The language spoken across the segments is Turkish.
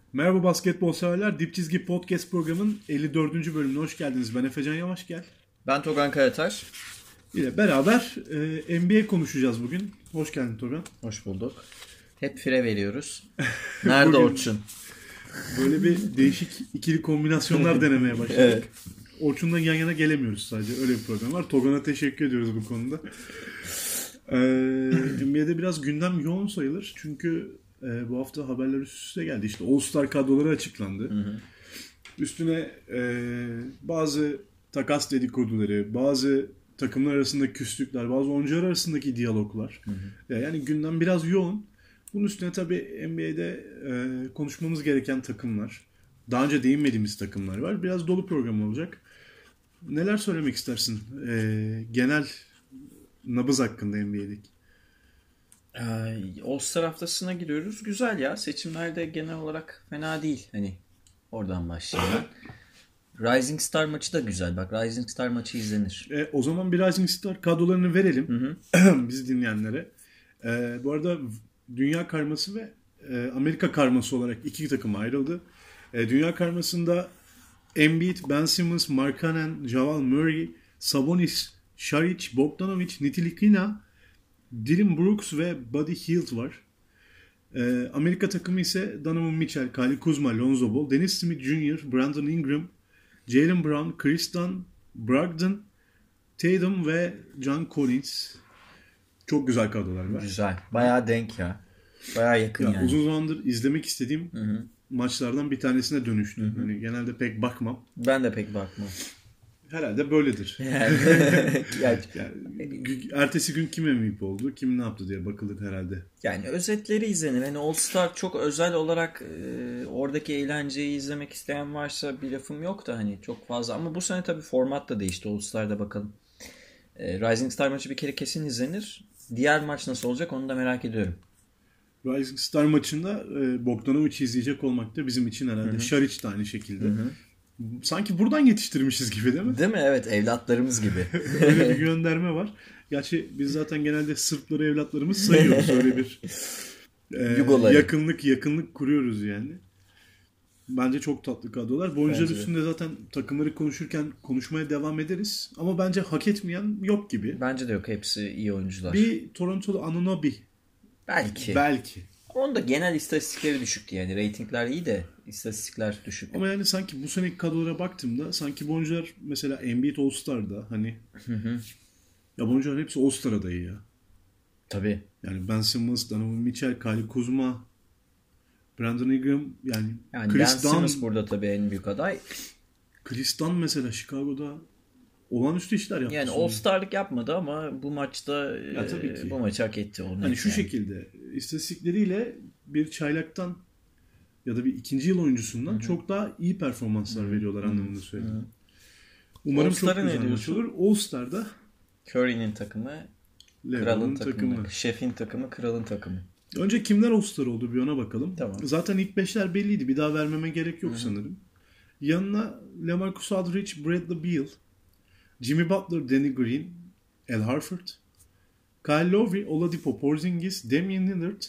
Merhaba basketbol severler. Dip Çizgi Podcast programının 54. bölümüne hoş geldiniz. Ben Efecan Yavaş gel. Ben Togan Karataş. İle beraber NBA konuşacağız bugün. Hoş geldin Togan. Hoş bulduk. Hep fire veriyoruz. Nerede Orçun? Böyle bir değişik ikili kombinasyonlar denemeye başladık. Evet. Orçun'la yan yana gelemiyoruz sadece. Öyle bir problem var. Togan'a teşekkür ediyoruz bu konuda. NBA'de biraz gündem yoğun sayılır. Çünkü bu hafta haberler üst üste geldi. İşte All-Star kadroları açıklandı. Hı. Üstüne bazı takas dedikoduları, bazı takımlar arasında küslükler, bazı oyuncular arasındaki diyaloglar. Hı. Yani gündem biraz yoğun. Bunun üstüne tabii NBA'de konuşmamız gereken takımlar, daha önce değinmediğimiz takımlar var. Biraz dolu program olacak. Neler söylemek istersin genel nabız hakkında NBA'deki? All-Star haftasına giriyoruz. Güzel ya. Seçimler de genel olarak fena değil. Hani oradan başlayalım. Rising Star maçı da güzel. Bak Rising Star maçı izlenir. O zaman bir Rising Star kadrolarını verelim bizi dinleyenlere. Bu arada Dünya Karması ve Amerika Karması olarak iki takım ayrıldı. Dünya Karması'nda Embiid, Ben Simmons, Markkanen, Jamal Murray, Sabonis, Šarić, Bogdanović, Ntilikina, Dillon Brooks ve Buddy Hield var. Amerika takımı ise Donovan Mitchell, Kyle Kuzma, Lonzo Ball, Dennis Smith Jr., Brandon Ingram, Jaylen Brown, Chris Dunn, Brogdon, Tatum ve John Collins. Çok güzel kadrolar var. Güzel. Bayağı denk ya. Bayağı yakın yani. Uzun zamandır izlemek istediğim maçlardan bir tanesine dönüştü. Hani genelde pek bakmam. Ben de pek bakmam. Herhalde böyledir. Yani, ertesi gün kim MVP oldu, kim ne yaptı diye bakılır herhalde. Yani özetleri izlenir. Yani All Star çok özel olarak oradaki eğlenceyi izlemek isteyen varsa bir lafım yok da hani çok fazla. Ama bu sene tabii format da değişti. All Star'da bakalım. Rising Star maçı bir kere kesin izlenir. Diğer maç nasıl olacak onu da merak ediyorum. Rising Star maçında Bogdanovic'i izleyecek olmak da bizim için herhalde. Šarić da aynı şekilde. Sanki buradan yetiştirmişiz gibi değil mi? Değil mi? Evet, evlatlarımız gibi. Öyle bir gönderme var. Gerçi biz zaten genelde Sırpları evlatlarımız sayıyoruz. Öyle bir yakınlık kuruyoruz yani. Bence çok tatlı kadrolar. Bu oyuncular üstünde zaten takımları konuşurken konuşmaya devam ederiz. Ama bence hak etmeyen yok gibi. Bence de yok. Hepsi iyi oyuncular. Bir Toronto'lu Anunoby. Belki. Onun da genel istatistikleri düşüktü yani. Reytingler iyi de istatistikler düşük. Ama yani sanki bu seneki kadrolara baktığımda sanki bu oyuncular mesela Embiid All-Star'da hani ya bu oyuncuların hepsi All-Star adayı ya. Tabii. Yani Ben Simmons, Donovan Mitchell, Kyle Kuzma, Brandon Ingram yani Chris Ben Simmons burada tabii en büyük aday. Chris Dunn mesela Chicago'da olağanüstü işler yaptı. Yani All-Star'lık yapmadı ama bu maçta bu maçı hak etti. Hani şu şekilde istatistikleriyle bir çaylaktan ya da bir ikinci yıl oyuncusundan çok daha iyi performanslar veriyorlar anlamında söyledim. Umarım çok güzel maç olur. All-Star'da Curry'nin takımı, Kral'ın takımı, Şef'in takımı, Kral'ın takımı. Önce kimler All-Star oldu bir ona bakalım. Tamam. Zaten ilk beşler belliydi. Bir daha vermeme gerek yok sanırım. Yanına LaMarcus Aldridge, Bradley Beal, Jimmy Butler, Danny Green, Al Horford, Kyle Lowry, Oladipo Porzingis, Damian Lillard,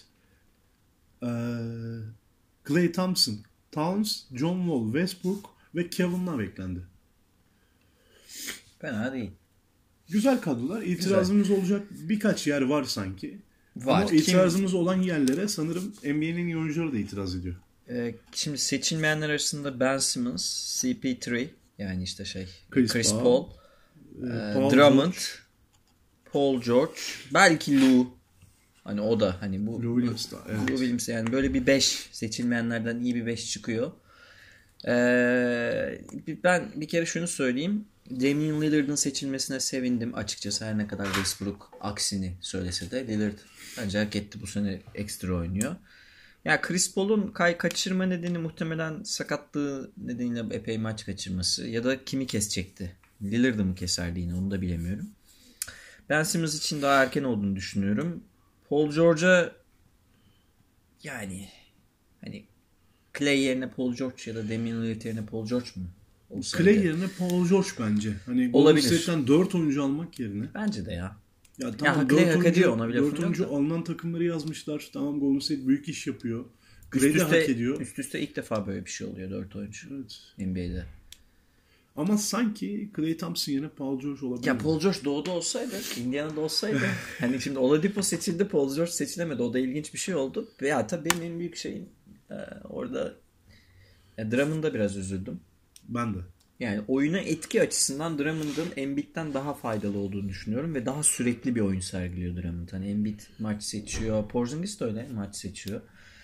Klay Thompson, Towns, John Wall, Westbrook ve Kevin Love eklendi. Fena değil. Güzel kadrolar. İtirazımız olacak birkaç yer var sanki. Var. Ama itirazımız olan yerlere sanırım NBA'nin iyi oyuncuları da itiraz ediyor. Şimdi seçilmeyenler arasında Ben Simmons, CP3 yani işte Chris Paul, Drummond, George. Paul George, belki Lou. Hani o da hani bu Lou Williams da. Evet. Lou Williams yani böyle bir 5 seçilmeyenlerden iyi bir 5 çıkıyor. Ben bir kere şunu söyleyeyim. Damian Lillard'ın seçilmesine sevindim açıkçası her ne kadar Westbrook aksini söylese de Lillard bence hak etti bu sene ekstra oynuyor. Ya Chris Paul'un kaçırma nedeni muhtemelen sakatlığı nedeniyle epey maç kaçırması ya da kimi kesecekti? Lillard'ı mı keserdi yine onu da bilemiyorum. Ben Simmons için daha erken olduğunu düşünüyorum. Paul George'a yani hani Clay yerine Paul George ya da Damian Lillard yerine Paul George mu? Clay yerine Paul George bence. Hani Golden State'ten 4 oyuncu almak yerine. Bence de ya. Ya tamam, Clay hak ediyor ona bile. 4 oyuncu alınan takımları yazmışlar. Tamam Golden State büyük iş yapıyor. Clay de hak ediyor. Üst üste ilk defa böyle bir şey oluyor 4 oyuncu. Evet. NBA'de. Ama sanki Klay Thompson yerine Paul George olabilir. Ya Paul George doğuda olsaydı, Indiana'da olsaydı hani şimdi Oladipo seçildi, Paul George seçilemedi. O da ilginç bir şey oldu. Veya tabii benim en büyük şeyim orada Drummond'a biraz üzüldüm. Ben de. Yani oyuna etki açısından Drummond'ın Embiid'den daha faydalı olduğunu düşünüyorum ve daha sürekli bir oyun sergiliyor Drummond. Hani Embiid maç seçiyor, Porzingis de öyle maç seçiyor.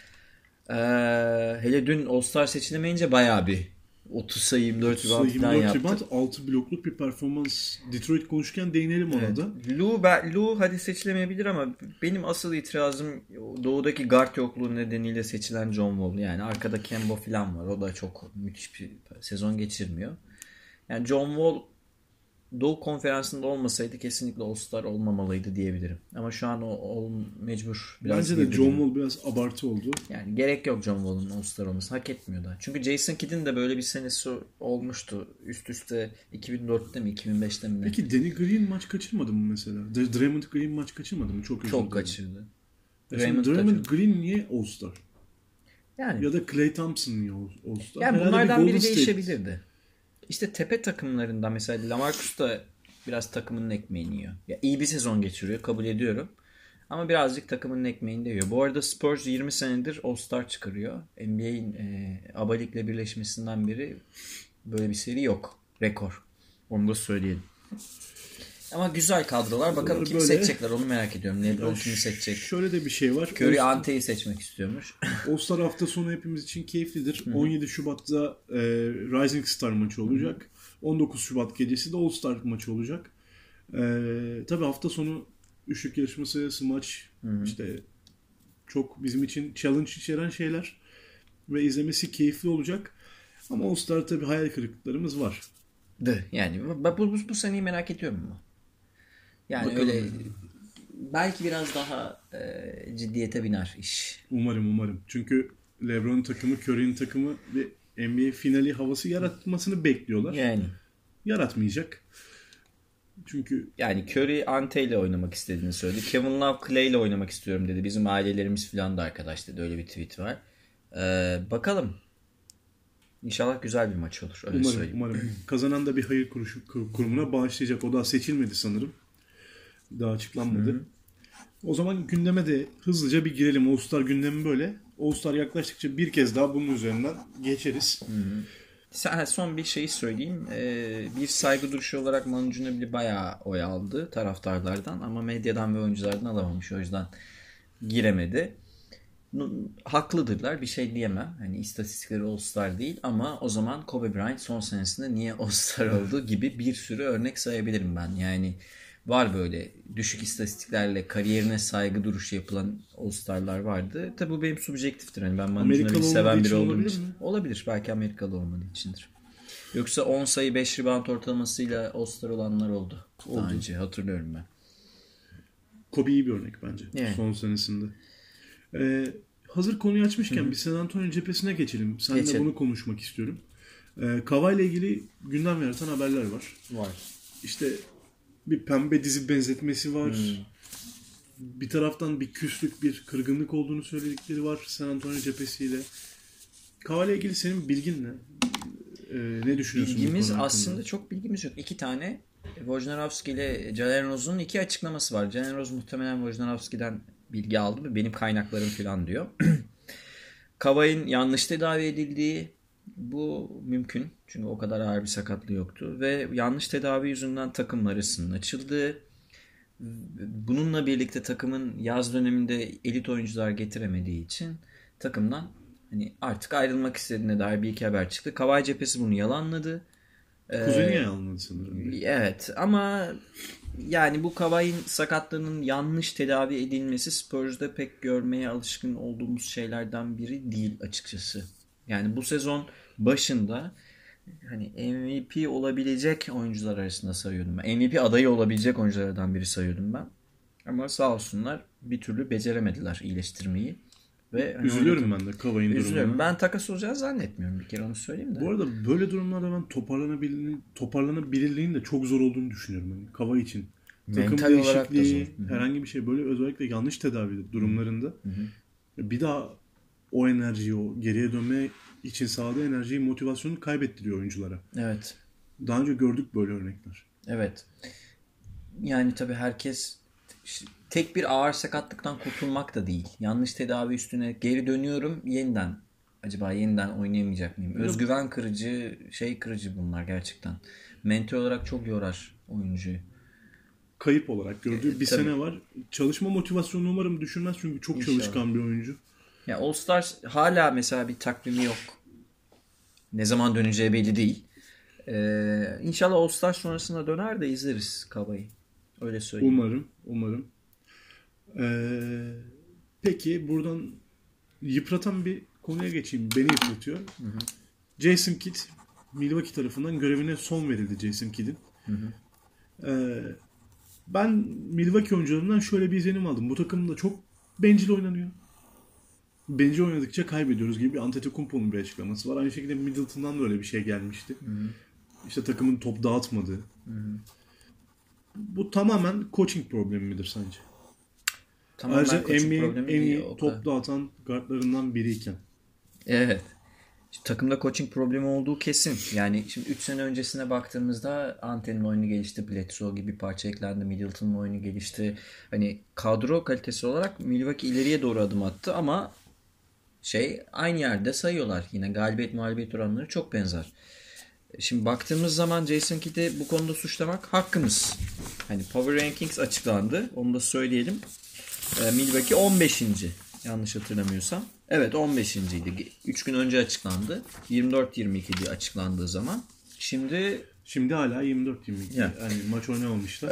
Hele dün All-Star seçilemeyince bayağı bir 30 sayı 24 rebound falan yaptı. 24 rebound 6 blokluk bir performans. Detroit konuşurken değinelim ona evet. da. Lou hadi seçilemeyebilir ama benim asıl itirazım doğudaki guard yokluğu nedeniyle seçilen John Wall. Yani arkada Kemba falan var. O da çok müthiş bir sezon geçirmiyor. Yani John Wall Doğu Konferansı'nda olmasaydı kesinlikle All-Star olmamalıydı diyebilirim. Ama şu an o mecbur. Bence de John Wall biraz abartı oldu. Yani gerek yok John Wall'un All-Star olması. Hak etmiyor da. Çünkü Jason Kidd'in de böyle bir senesi olmuştu. Üst üste 2004'te mi 2005'te mi ne? Peki Danny Green maç kaçırmadı mı mesela? Draymond Green maç kaçırmadı mı? Çok kaçırdı. Draymond Green niye All-Star? Yani. Ya da Klay Thompson niye All-Star? Yani bunlardan biri değişebilirdi. İşte tepe takımlarında mesela LaMarcus da biraz takımının ekmeğini yiyor. Ya iyi bir sezon geçiriyor, kabul ediyorum. Ama birazcık takımının ekmeğini de yiyor. Bu arada Spurs 20 senedir All-Star çıkarıyor. NBA'in ABA League'le birleşmesinden beri böyle bir seri yok. Rekor. Onu da söyleyelim. Ama güzel kadrolar. Bakalım kimi seçecekler onu merak ediyorum. LeBron kimi seçecek? Şöyle de bir şey var. Curry Ante'yi seçmek istiyormuş. All-Star hafta sonu hepimiz için keyiflidir. 17 Şubat'ta Rising Star maçı olacak. 19 Şubat gecesi de All-Star maçı olacak. Tabii hafta sonu üçlük yarışması, smaç işte çok bizim için challenge içeren şeyler ve izlemesi keyifli olacak. Ama All-Star tabii hayal kırıklıklarımız var. Yani bu seneyi merak ediyorum mu? Yani bakalım. Öyle belki biraz daha ciddiyete biner iş. Umarım. Çünkü LeBron takımı, Curry'nin takımı bir NBA finali havası yaratmasını bekliyorlar. Yani. Yaratmayacak. Çünkü yani Curry Ante ile oynamak istediğini söyledi. Kevin Love Clay ile oynamak istiyorum dedi. Bizim ailelerimiz falan da arkadaş dedi. Öyle bir tweet var. Bakalım. İnşallah güzel bir maç olur. Öyle umarım. Kazanan da bir hayır kurumuna bağışlayacak. O daha seçilmedi sanırım. Daha açıklanmadı. Hı-hı. O zaman gündeme de hızlıca bir girelim. All-Star gündemi böyle. All-Star yaklaştıkça bir kez daha bunun üzerinden geçeriz. Son bir şeyi söyleyeyim. Bir saygı duruşu olarak Manu Ginobili bayağı oy aldı taraftarlardan ama medyadan ve oyunculardan alamamış. O yüzden giremedi. Haklıdırlar. Bir şey diyemem. Hani istatistikleri All-Star değil ama o zaman Kobe Bryant son senesinde niye All-Star oldu gibi bir sürü örnek sayabilirim ben. Yani var böyle düşük istatistiklerle kariyerine saygı duruşu yapılan All-Star'lar vardı. Tabii bu benim subjektiftir. Yani ben Manu Ginobili'yi seven biri olduğum için. Olabilir. Belki Amerikalı olmadığı içindir. Yoksa 10 sayı 5 rebound ortalamasıyla All-Star olanlar oldu. Daha önce hatırlıyorum ben. Kobe iyi bir örnek bence. Yani. Son senesinde. Hazır konuyu açmışken bir San Antonio cephesine geçelim. Seninle bunu konuşmak istiyorum. Kawhi ile ilgili gündem yaratan haberler var. Var. İşte bir pembe dizi benzetmesi var. Bir taraftan bir küslük, bir kırgınlık olduğunu söyledikleri var San Antonio cephesiyle. Kawhi ile ilgili senin bilgin ne? Ne düşünüyorsun? Bilgimiz aslında çok bilgimiz yok. 2 tane Wojnarowski ile Jalen Rose'un 2 açıklaması var. Jalen Rose muhtemelen Wojnarowski'den bilgi aldı mı? Benim kaynaklarım falan diyor. Kawhi'nin yanlış tedavi edildiği bu mümkün. Çünkü o kadar ağır bir sakatlığı yoktu. Ve yanlış tedavi yüzünden takımlar arasının açıldığı. Bununla birlikte takımın yaz döneminde elit oyuncular getiremediği için takımdan hani artık ayrılmak istediğine dair bir iki haber çıktı. Kawhi cephesi bunu yalanladı. Kuzeni yalanladı sanırım. Evet ama yani bu Kawhi'nin sakatlığının yanlış tedavi edilmesi Spurs'da pek görmeye alışkın olduğumuz şeylerden biri değil açıkçası. Yani bu sezon başında hani MVP olabilecek oyuncular arasında sayıyordum ben. MVP adayı olabilecek oyunculardan biri sayıyordum ben. Ama sağ olsunlar bir türlü beceremediler iyileştirmeyi. Ve hani üzülüyorum ben de Kawhi'nin durumuna. Ben takas olacağını zannetmiyorum bir kere onu söyleyeyim de. Bu arada böyle durumlarda ben toparlanabilirliğin de çok zor olduğunu düşünüyorum. Yani Kawhi için. Takım değişikliği, herhangi bir şey böyle özellikle yanlış tedavi durumlarında bir daha o enerjiyi, o geriye dönme için sağladığı enerjiyi, motivasyonu kaybettiriyor oyunculara. Evet. Daha önce gördük böyle örnekler. Evet. Yani tabii herkes tek bir ağır sakatlıktan kurtulmak da değil. Yanlış tedavi üstüne geri dönüyorum yeniden. Acaba yeniden oynayamayacak mıyım? Özgüven kırıcı, kırıcı bunlar gerçekten. Mental olarak çok yorar oyuncuyu. Kayıp olarak gördüğü bir sene var. Çalışma motivasyonu umarım düşürmez çünkü çok İnşallah. Çalışkan bir oyuncu. Ya All Stars hala mesela bir takvimi yok. Ne zaman döneceği belli değil. İnşallah All Stars sonrasında döner de izleriz Kavai'yi. Öyle söyleyeyim. Umarım. Peki buradan yıpratan bir konuya geçeyim. Beni yıpratıyor. Hı. Jason Kidd Milwaukee tarafından görevine son verildi Jason Kidd'in. Ben Milwaukee oyuncularından şöyle bir izlenim aldım. Bu takımda çok bencil oynanıyor. Bencil oynadıkça kaybediyoruz gibi bir Antetokounmpo'nun bir açıklaması var. Aynı şekilde Middleton'dan da öyle bir şey gelmişti. Hı-hı. İşte takımın top dağıtmadığı. Hı-hı. Bu tamamen coaching problemi midir sence? Ayrıca NBA'nin en iyi top dağıtan guardlarından biriyken. Evet. Takımda coaching problemi olduğu kesin. Yani şimdi 3 sene öncesine baktığımızda Ante'nin oyunu gelişti. Bledsoe gibi bir parça eklendi. Middleton'un oyunu gelişti. Hani kadro kalitesi olarak Milwaukee ileriye doğru adım attı ama aynı yerde sayıyorlar. Yine galibiyet mağlubiyet oranları çok benzer. Şimdi baktığımız zaman Jason Kidd'i bu konuda suçlamak hakkımız. Hani Power Rankings açıklandı. Onu da söyleyelim. Milwaukee 15. Yanlış hatırlamıyorsam. Evet 15.'ydi. 3 gün önce açıklandı. 24-22 diye açıklandığı zaman. Şimdi hala 24-22. Yani maç oynamamışlar.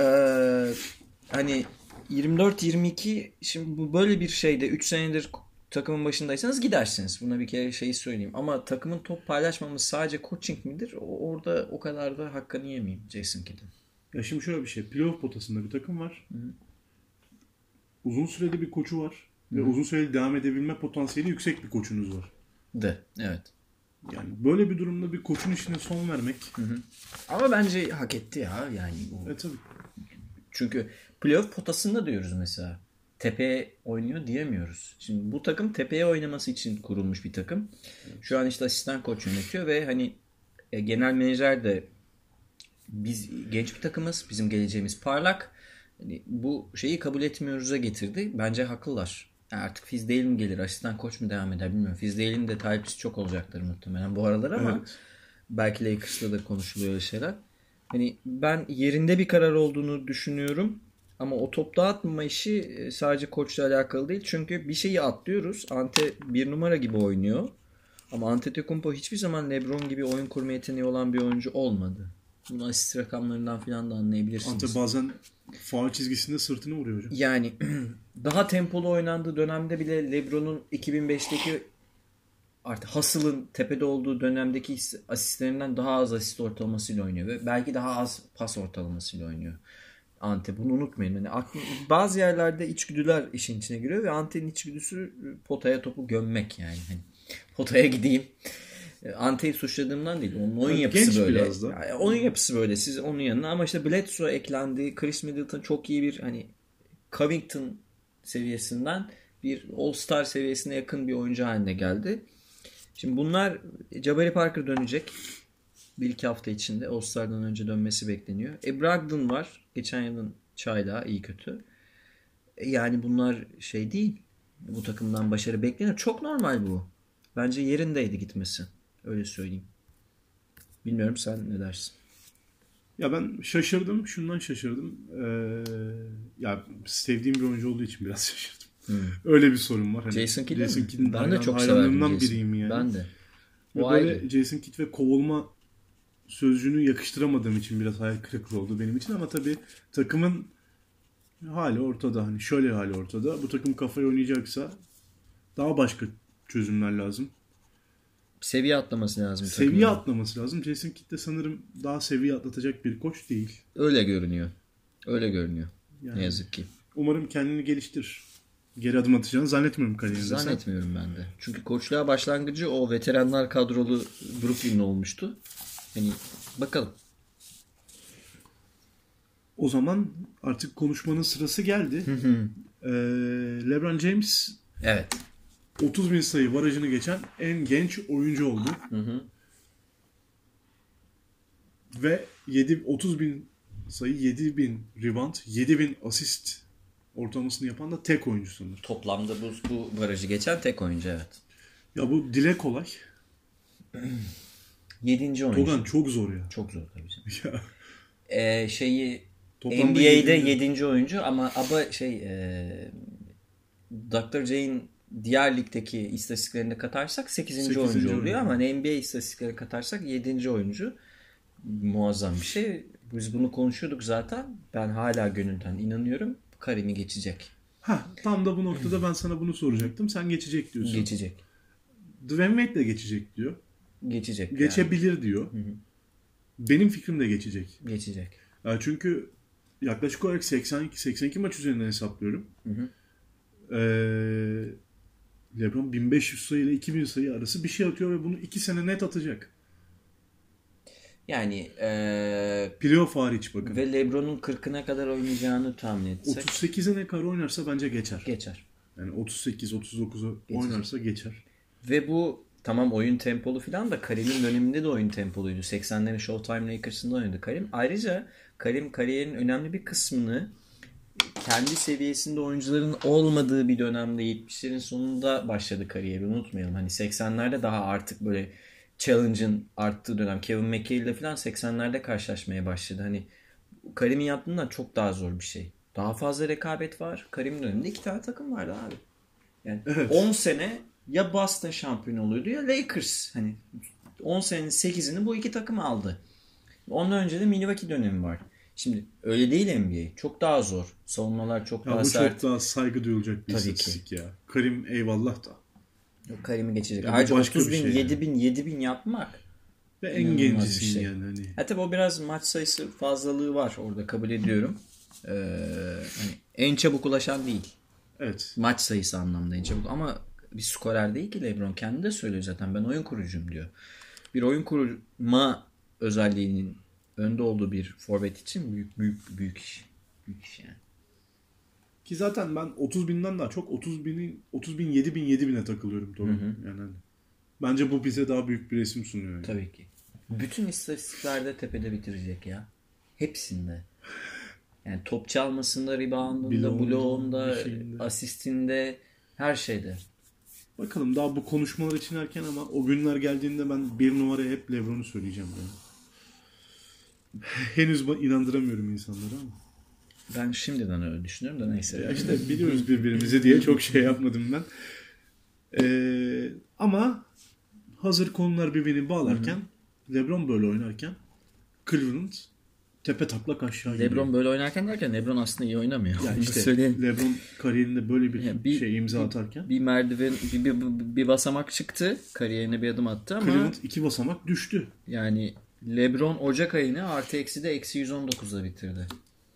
Hani 24-22 şimdi bu böyle bir şeyde 3 senedir takımın başındaysanız gidersiniz. Buna bir kere söyleyeyim. Ama takımın top paylaşmaması sadece coaching midir? Orada o kadar da hakkını yemeyeyim Jason Kidd'in. Ya şimdi şöyle bir şey. Playoff potasında bir takım var. Hı-hı. Uzun süreli bir koçu var. Hı-hı. Ve uzun süreli devam edebilme potansiyeli yüksek bir koçunuz var. Evet. Yani böyle bir durumda bir koçun işine son vermek. Hı-hı. Ama bence hak etti ya. Yani tabii. Çünkü playoff potasında diyoruz mesela. Tepeye oynuyor diyemiyoruz. Şimdi bu takım tepeye oynaması için kurulmuş bir takım. Şu an işte asistan koç yönetiyor ve hani genel menajer de biz genç bir takımız. Bizim geleceğimiz parlak. Yani bu şeyi kabul etmiyoruz'a getirdi. Bence haklılar. Yani artık Fizdale mi gelir, asistan koç mu devam eder bilmiyorum. Fizdale'in de talipçisi çok olacaktır muhtemelen bu aralar ama belki Lakers'ta da konuşuluyor öyle şeyler. Hani ben yerinde bir karar olduğunu düşünüyorum. Ama o top dağıtmama işi sadece koçla alakalı değil. Çünkü bir şeyi atlıyoruz. Ante bir numara gibi oynuyor. Ama Antetokounmpo hiçbir zaman LeBron gibi oyun kurma yeteneği olan bir oyuncu olmadı. Bunu asist rakamlarından falan da anlayabilirsiniz. Ante bazen faul çizgisinde sırtını vuruyor hocam. Yani daha tempolu oynandığı dönemde bile LeBron'un 2005'teki artık Hustle'ın tepede olduğu dönemdeki asistlerinden daha az asist ortalamasıyla oynuyor. Ve belki daha az pas ortalamasıyla oynuyor. Ante bunu unutmayın. Yani bazı yerlerde içgüdüler işin içine giriyor ve Ante'nin içgüdüsü potaya topu gömmek yani. Hani potaya gideyim. Ante'yi suçladığımdan değil. Onun oyun yapısı genç böyle. Yani oyun yapısı böyle. Siz onun yanına ama işte Bledsoe eklendi. Chris Middleton çok iyi bir hani Covington seviyesinden bir All-Star seviyesine yakın bir oyuncu haline geldi. Şimdi bunlar Jabari Parker dönecek. Bir iki hafta içinde All-Star'dan önce dönmesi bekleniyor. Brogdon var. Geçen yılın çaylağı iyi kötü. Yani bunlar değil. Bu takımdan başarı bekleniyor. Çok normal bu. Bence yerindeydi gitmesi. Öyle söyleyeyim. Bilmiyorum sen ne dersin? Ya ben şaşırdım. Şundan şaşırdım. Ya sevdiğim bir oyuncu olduğu için biraz şaşırdım. Öyle bir sorun var. Hani Jason Kidd'in ben de çok hayranlarından biriyim yani. Ben de. Ve böyle Jason Kidd ve kovulma sözcüğünü yakıştıramadığım için biraz hayal kırıklığı oldu benim için ama tabii takımın hali ortada. Hani şöyle hali ortada. Bu takım kafayı oynayacaksa daha başka çözümler lazım. Seviye atlaması lazım. Seviye atlaması lazım. Jason Kidd de sanırım daha seviye atlatacak bir koç değil. Öyle görünüyor. Yani, ne yazık ki. Umarım kendini geliştirir. Geri adım atacağını zannetmiyorum kariyerinde. Zannetmiyorum ben de. Çünkü koçluğa başlangıcı o veteranlar kadrolu Brooklyn'le olmuştu. Hani bakalım. O zaman artık konuşmanın sırası geldi. LeBron James 30.000 sayı barajını geçen en genç oyuncu oldu. Ve 30.000 sayı, 7.000 rebound, 7.000 asist ortalamasını yapan da tek oyuncu sanırım. Toplamda bu barajı geçen tek oyuncu, evet. Ya bu dile kolay. 7. oyuncu. Togan çok zor ya. Çok zor tabii canım. Toplamda NBA'de 7. oyuncu ama Dr. J'in diğer ligdeki istatistiklerini katarsak 8. oyuncu oluyor ama NBA istatistikleri katarsak 7. oyuncu. Muazzam bir şey. Biz bunu konuşuyorduk zaten. Ben hala gönülden inanıyorum. Karim'i geçecek. Tam da bu noktada ben sana bunu soracaktım. Sen geçecek diyorsun. Geçecek. Dwayne Wade de geçecek diyor. Geçecek. Geçebilir yani diyor. Benim fikrim de geçecek. Geçecek. Çünkü yaklaşık olarak 82 maç üzerinden hesaplıyorum. LeBron 1500 sayı ile 2000 sayı arası bir şey atıyor ve bunu 2 sene net atacak. Yani playoff hariç bakın. Ve LeBron'un 40'ına kadar oynayacağını tahmin etsek. 38'e ne kadar oynarsa bence geçer. Geçer. Yani 38-39'u oynarsa geçer. Ve bu tamam oyun tempolu falan da Karim'in döneminde de oyun tempoluydu. 80'lerin Showtime Lakers'ında oynadı Karim. Ayrıca Karim kariyerinin önemli bir kısmını kendi seviyesinde oyuncuların olmadığı bir dönemde 70'lerin sonunda başladı kariyeri. Unutmayalım. Hani 80'lerde daha artık böyle challenge'ın arttığı dönem. Kevin McHale ile falan 80'lerde karşılaşmaya başladı. Hani Karim'in yaptığından çok daha zor bir şey. Daha fazla rekabet var. Karim'in döneminde 2 tane takım vardı abi. Yani evet. 10 sene ya Boston şampiyon oluyordu ya Lakers. Hani 10 senenin 8'ini bu iki takım aldı. Ondan önce de Milwaukee dönemi var. Şimdi öyle değil NBA. Çok daha zor. Savunmalar çok daha sert. Bu çok daha saygı duyulacak bir istatistik ya. Karim eyvallah da. Karim'i geçecek. Ayrıca 30.000, 7.000 yapmak. Ve en gencisin şey. Yani. Hani. Tabii o biraz maç sayısı fazlalığı var orada, kabul ediyorum. Hani en çabuk ulaşan değil. Evet. Maç sayısı anlamda en çabuk. Ama bir skorer değil ki LeBron. Kendi de söylüyor zaten. Ben oyun kurucuyum diyor. Bir oyun kurma özelliğinin önde olduğu bir forvet için büyük iş. Büyük iş yani. Ki zaten ben 30.000'den daha çok 30.000, 7.000'e takılıyorum. Doğru. Yani hani. Bence bu bize daha büyük bir resim sunuyor. Yani. Tabii ki. Bütün istatistiklerde tepede bitirecek ya. Hepsinde. Yani top çalmasında, reboundında, bloğunda, asistinde, her şeyde. Bakalım daha bu konuşmalar için erken ama o günler geldiğinde ben bir numaraya hep LeBron'u söyleyeceğim. Yani. Henüz inandıramıyorum insanları ama. Ben şimdiden öyle düşünüyorum da neyse. Ya işte biliyoruz birbirimizi diye çok şey yapmadım ben. Ama hazır konular birbirini bağlarken LeBron böyle oynarken Cleveland tepe taklak aşağı gidiyor. LeBron böyle oynarken derken LeBron aslında iyi oynamıyor. Yani işte LeBron kariyerinde böyle bir şey imza atarken. Bir merdiven, bir basamak çıktı. Kariyerine bir adım attı ama. Cleveland 2 basamak düştü. Yani LeBron Ocak ayını artı eksi de eksi 119'da bitirdi.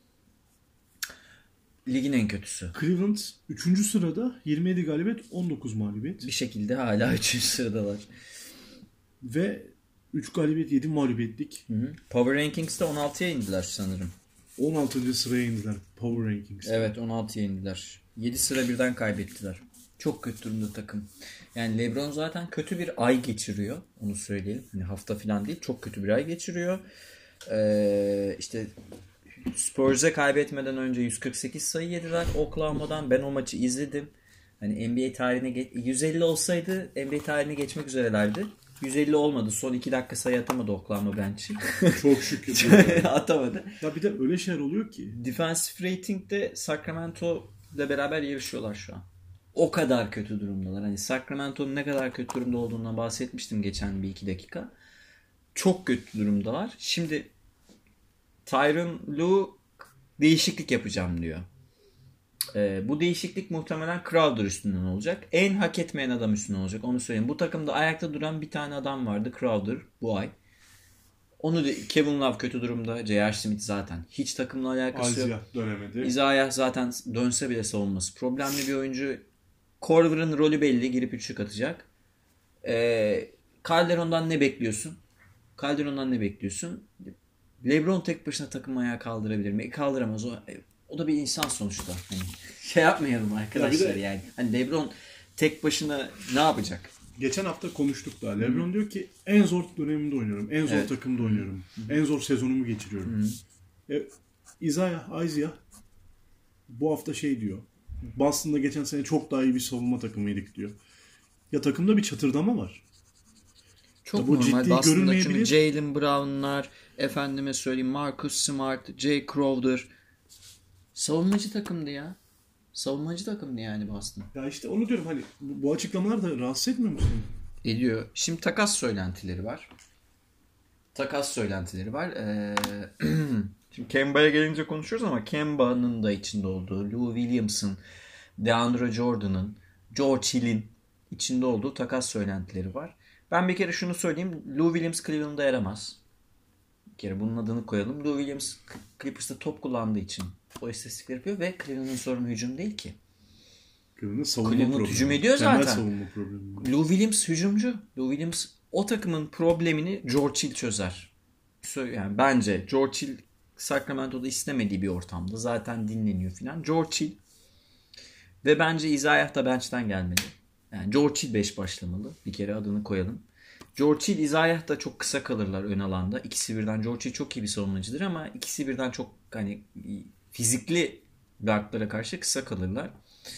Ligin en kötüsü. Cleveland 3. sırada 27 galibiyet 19 mağlubiyet. Bir şekilde hala 3. sıradalar. Ve 3 galibiyet 7 mağlubiyetlik. Power Rankings'te 16'ya indiler sanırım. 16. sıraya indiler Power Rankings'te. Evet 16'ya indiler. 7 sıra birden kaybettiler. Çok kötü durumda takım. Yani LeBron zaten kötü bir ay geçiriyor. Onu söyleyelim. Hani hafta falan değil. Çok kötü bir ay geçiriyor. İşte Spurs'e kaybetmeden önce 148 sayı yediler Oklahoma'dan. Ben o maçı izledim. Hani NBA tarihine 150 olsaydı NBA tarihine geçmek üzerelerdi. 150 olmadı. Son 2 dakika sayı atamadı Oklahoma bench'i. Çok şükür. Atamadı. Ya bir de öyle şeyler oluyor ki. Defensive rating'de Sacramento ile beraber yarışıyorlar şu an. O kadar kötü durumdalar. Hani Sacramento'nun ne kadar kötü durumda olduğundan bahsetmiştim geçen bir iki dakika. Çok kötü durumdalar. Şimdi Tyronn Lue değişiklik yapacağım diyor. Bu değişiklik muhtemelen Crowder üstünden olacak. En hak etmeyen adam üstünden olacak. Onu söyleyeyim. Bu takımda ayakta duran bir tane adam vardı. Crowder bu ay. Onu da Kevin Love kötü durumda. J.R. Smith zaten hiç takımla alakası yok. Dönemedi. Isaiah zaten dönse bile savunması problemli bir oyuncu. Korver'ın rolü belli. Girip üçlük atacak. Calderon'dan ne bekliyorsun? LeBron tek başına takımı ayağa kaldırabilir mi? Kaldıramaz. O da bir insan sonuçta. Hani şey yapmayalım arkadaşlar yani. Hani LeBron tek başına ne yapacak? Geçen hafta konuştuk da. LeBron diyor ki en zor dönemimde oynuyorum. En zor takımda oynuyorum. En zor sezonumu geçiriyorum. Isaiah bu hafta şey diyor. Boston'da geçen sene çok daha iyi bir savunma takımıydık diyor. Ya takımda bir çatırdama var. Çok normal. Boston'da çünkü Jaylen Brown'lar, efendime söyleyeyim Marcus Smart, Jay Crowder savunmacı takımdı ya. Savunmacı takımdı yani Boston. Ya işte onu diyorum hani bu açıklamalar da rahatsız etmiyor musun? Ediyor. Şimdi takas söylentileri var. Şimdi Kemba'ya gelince konuşuyoruz ama Kemba'nın da içinde olduğu, Lou Williams'ın, DeAndre Jordan'ın, George Hill'in içinde olduğu takas söylentileri var. Ben bir kere şunu söyleyeyim. Lou Williams Cleveland'da yaramaz. Bir kere bunun adını koyalım. Lou Williams Clippers'ta top kullandığı için o istatistikleri yapıyor ve Cleveland'ın sorunu hücum değil ki. Cleveland hücum ediyor zaten. Lou Lou Williams hücumcu. Lou Williams o takımın problemini George Hill çözer. Yani bence George Hill Sacramento'da istemediği bir ortamda zaten dinleniyor filan. George Hill ve bence Isaiah da bench'ten gelmeli. Yani George Hill 5 başlamalı. Bir kere adını koyalım. George Hill, Isaiah da çok kısa kalırlar ön alanda. İkisi birden. George Hill çok iyi bir savunmacıdır ama ikisi birden çok hani fizikli guardlara karşı kısa kalırlar.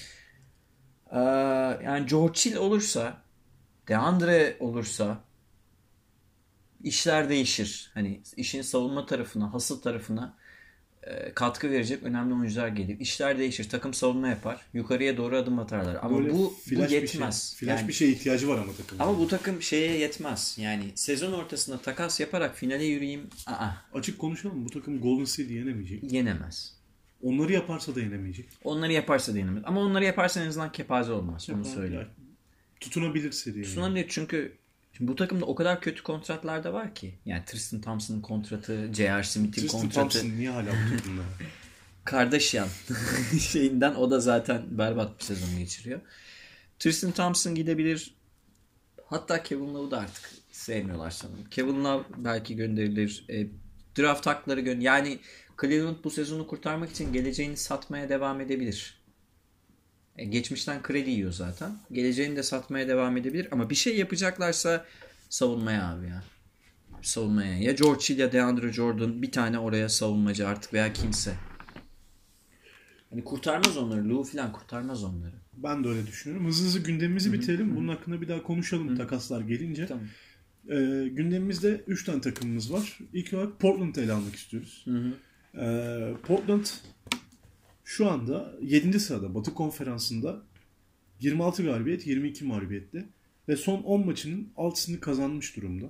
Yani George Hill olursa, DeAndre olursa işler değişir. Hani işin savunma tarafına, hustle tarafına katkı verecek önemli oyuncular gelir. İşler değişir. Takım savunma yapar. Yukarıya doğru adım atarlar. Ama böyle bu yetmez. Flash bir şeye ihtiyacı var ama takımın. Ama bu takım şeye yetmez. Yani sezon ortasında takas yaparak finale yürüyeyim. Açık konuşalım. Bu takım Golden State'i yenemeyecek. Yenemez. Onları yaparsa da yenemeyecek. Onları yaparsa da yenemez. Ama onları yaparsa en azından kepaze olmaz. Onu söyleyeyim. Tutunabilir seri. Tutunabilir çünkü bu takımda o kadar kötü kontratlar da var ki. Yani Tristan Thompson'ın kontratı, J.R. Smith'in kontratı. Tristan Thompson niye hala bu takımda? Kardashian şeyinden o da zaten berbat bir sezon geçiriyor. Tristan Thompson gidebilir. Hatta Kevin Love'u da artık sevmiyorlar sanırım. Kevin Love belki gönderilir. Draft hakları yani Cleveland bu sezonu kurtarmak için geleceğini satmaya devam edebilir. Geçmişten kredi yiyor zaten. Geleceğini de satmaya devam edebilir. Ama bir şey yapacaklarsa savunmaya abi ya. Savunmaya. Ya George Hill ya DeAndre Jordan bir tane oraya savunmacı artık veya kimse. Hani kurtarmaz onları. Lou falan kurtarmaz onları. Ben de öyle düşünüyorum. Hızlı hızlı gündemimizi bitirelim. Bunun hakkında bir daha konuşalım takaslar gelince. Tamam. Gündemimizde 3 tane takımımız var. İlk olarak Portland'ı ele almak istiyoruz. Portland şu anda 7. sırada Batı Konferansı'nda 26 galibiyet, 22 mağlubiyette ve son 10 maçının 6'sını kazanmış durumda.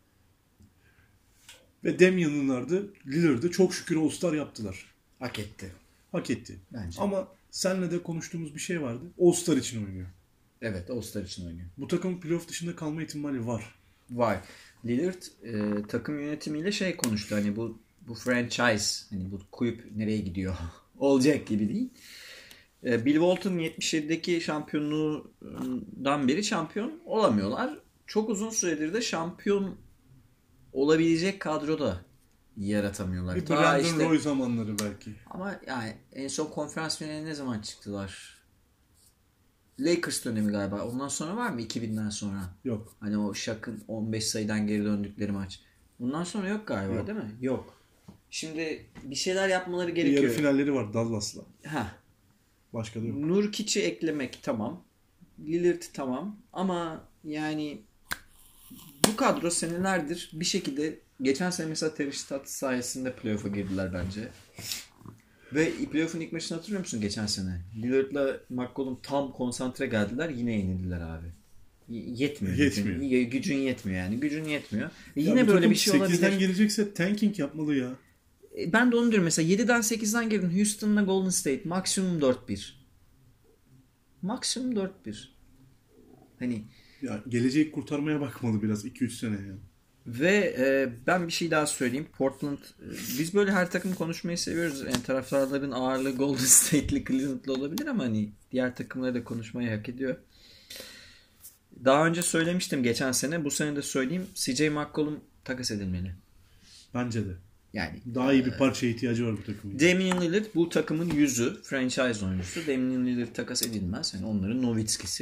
Ve Lillard'ı çok şükür All-Star yaptılar. Hak etti. Hak etti. Bence. Ama seninle de konuştuğumuz bir şey vardı. All-Star için oynuyor. Evet, All-Star için oynuyor. Bu takımın playoff dışında kalma ihtimali var. Var. Lillard takım yönetimiyle konuştu. Hani bu franchise, hani bu kulüp nereye gidiyor olacak gibi değil. Bill Walton 77'deki şampiyonluğundan beri şampiyon olamıyorlar. Çok uzun süredir de şampiyon olabilecek kadroda yaratamıyorlar. Bir Brandon Roy zamanları belki. Ama yani en son konferans finaline ne zaman çıktılar? Lakers dönemi galiba. Ondan sonra var mı? 2000'den sonra. Yok. Hani o Shaq'ın 15 sayıdan geri döndükleri maç. Bundan sonra yok galiba yok. Değil mi? Yok. Şimdi bir şeyler yapmaları gerekiyor. Yarı finalleri var Dallas'la. Ha. Başka da yok. Nurkic'i eklemek tamam. Lillard tamam. Ama yani bu kadro senelerdir bir şekilde geçen sene mesela Terry Stotts sayesinde playoff'a girdiler bence. Ve playoff'un ilk maçını hatırlıyor musun geçen sene? Lillard'la McCollum tam konsantre geldiler. Yine yenildiler abi. Yetmiyor. Gücün yetmiyor yani. Gücün yetmiyor. Yine böyle bir şey olabilir. 8'den gelecekse tanking yapmalı ya. Ben de onu diyorum. Mesela 7'den 8'den girdin. Houston'la Golden State. Maksimum 4-1. Maksimum 4-1. Hani ya geleceği kurtarmaya bakmalı biraz 2-3 sene ya. Ve ben bir şey daha söyleyeyim. Portland, biz böyle her takım konuşmayı seviyoruz. Yani taraftarların ağırlığı Golden State'li, Cleveland'lı olabilir ama hani diğer takımları da konuşmayı hak ediyor. Daha önce söylemiştim geçen sene. Bu sene de söyleyeyim. CJ McCollum takas edilmeli. Bence de. Yani daha iyi bir parçaya ihtiyacı var bu takımın. Damian Lillard bu takımın yüzü, franchise oyuncusu. Damian Lillard takas edilmez. Yani onların Nowitzki'si.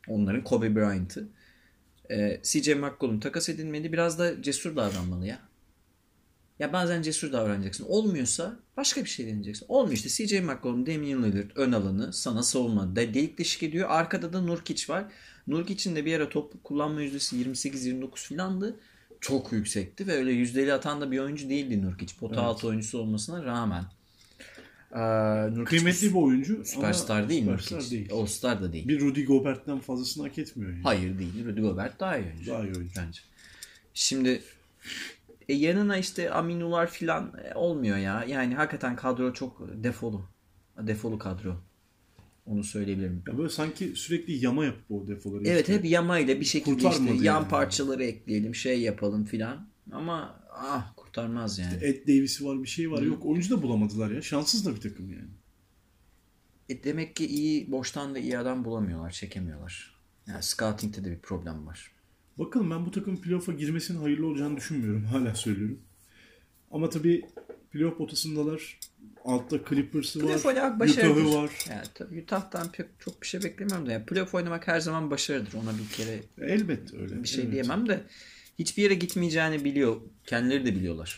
Onların Kobe Bryant'ı. CJ McCollum takas edilmedi. Biraz da cesur davranmalı ya. Ya bazen cesur davranacaksın. Olmuyorsa başka bir şey deneyeceksin. Olmuyor işte. CJ McCollum, Damian Lillard ön alanı sana savunma. Delik deşik ediyor. Arkada da Nurkic var. Nurkic'in de bir ara top kullanma yüzdesi 28-29 filandı. Çok yüksekti ve öyle yüzdeli atan da bir oyuncu değildi Nurkic. Pota altı oyuncusu olmasına rağmen. Kıymetli bir oyuncu süperstar değil süperstar Nurkic. Değil. All-Star da değil. Bir Rudy Gobert'ten fazlasını hak etmiyor yani. Hayır değil. Rudy Gobert daha iyi oyuncu. Daha iyi oyuncu. Bence. Şimdi yanına işte Aminular filan olmuyor ya. Yani hakikaten kadro çok defolu. Defolu kadro. Onu söyleyebilirim. Ya böyle sanki sürekli yama yapıp o defoları. Evet hep yamayla bir şekilde işte yan yani. Parçaları ekleyelim, şey yapalım filan. Ama kurtarmaz yani. İşte Ed Davis'i var, bir şey var. Yok oyuncu da bulamadılar ya. Şanssız da bir takım yani. Demek ki boştan da iyi adam bulamıyorlar, çekemiyorlar. Yani scouting'te de bir problem var. Bakalım ben bu takımın playoff'a girmesinin hayırlı olacağını düşünmüyorum. Hala söylüyorum. Ama tabii playoff potasındalar. Altta Clippers'ı var. Utah'ı var. Yani tabii Utah'tan çok bir şey beklemiyorum da. Yani playoff oynamak her zaman başarıdır. Ona bir kere elbette öyle. Bir şey diyemem de hiçbir yere gitmeyeceğini biliyor. Kendileri de biliyorlar.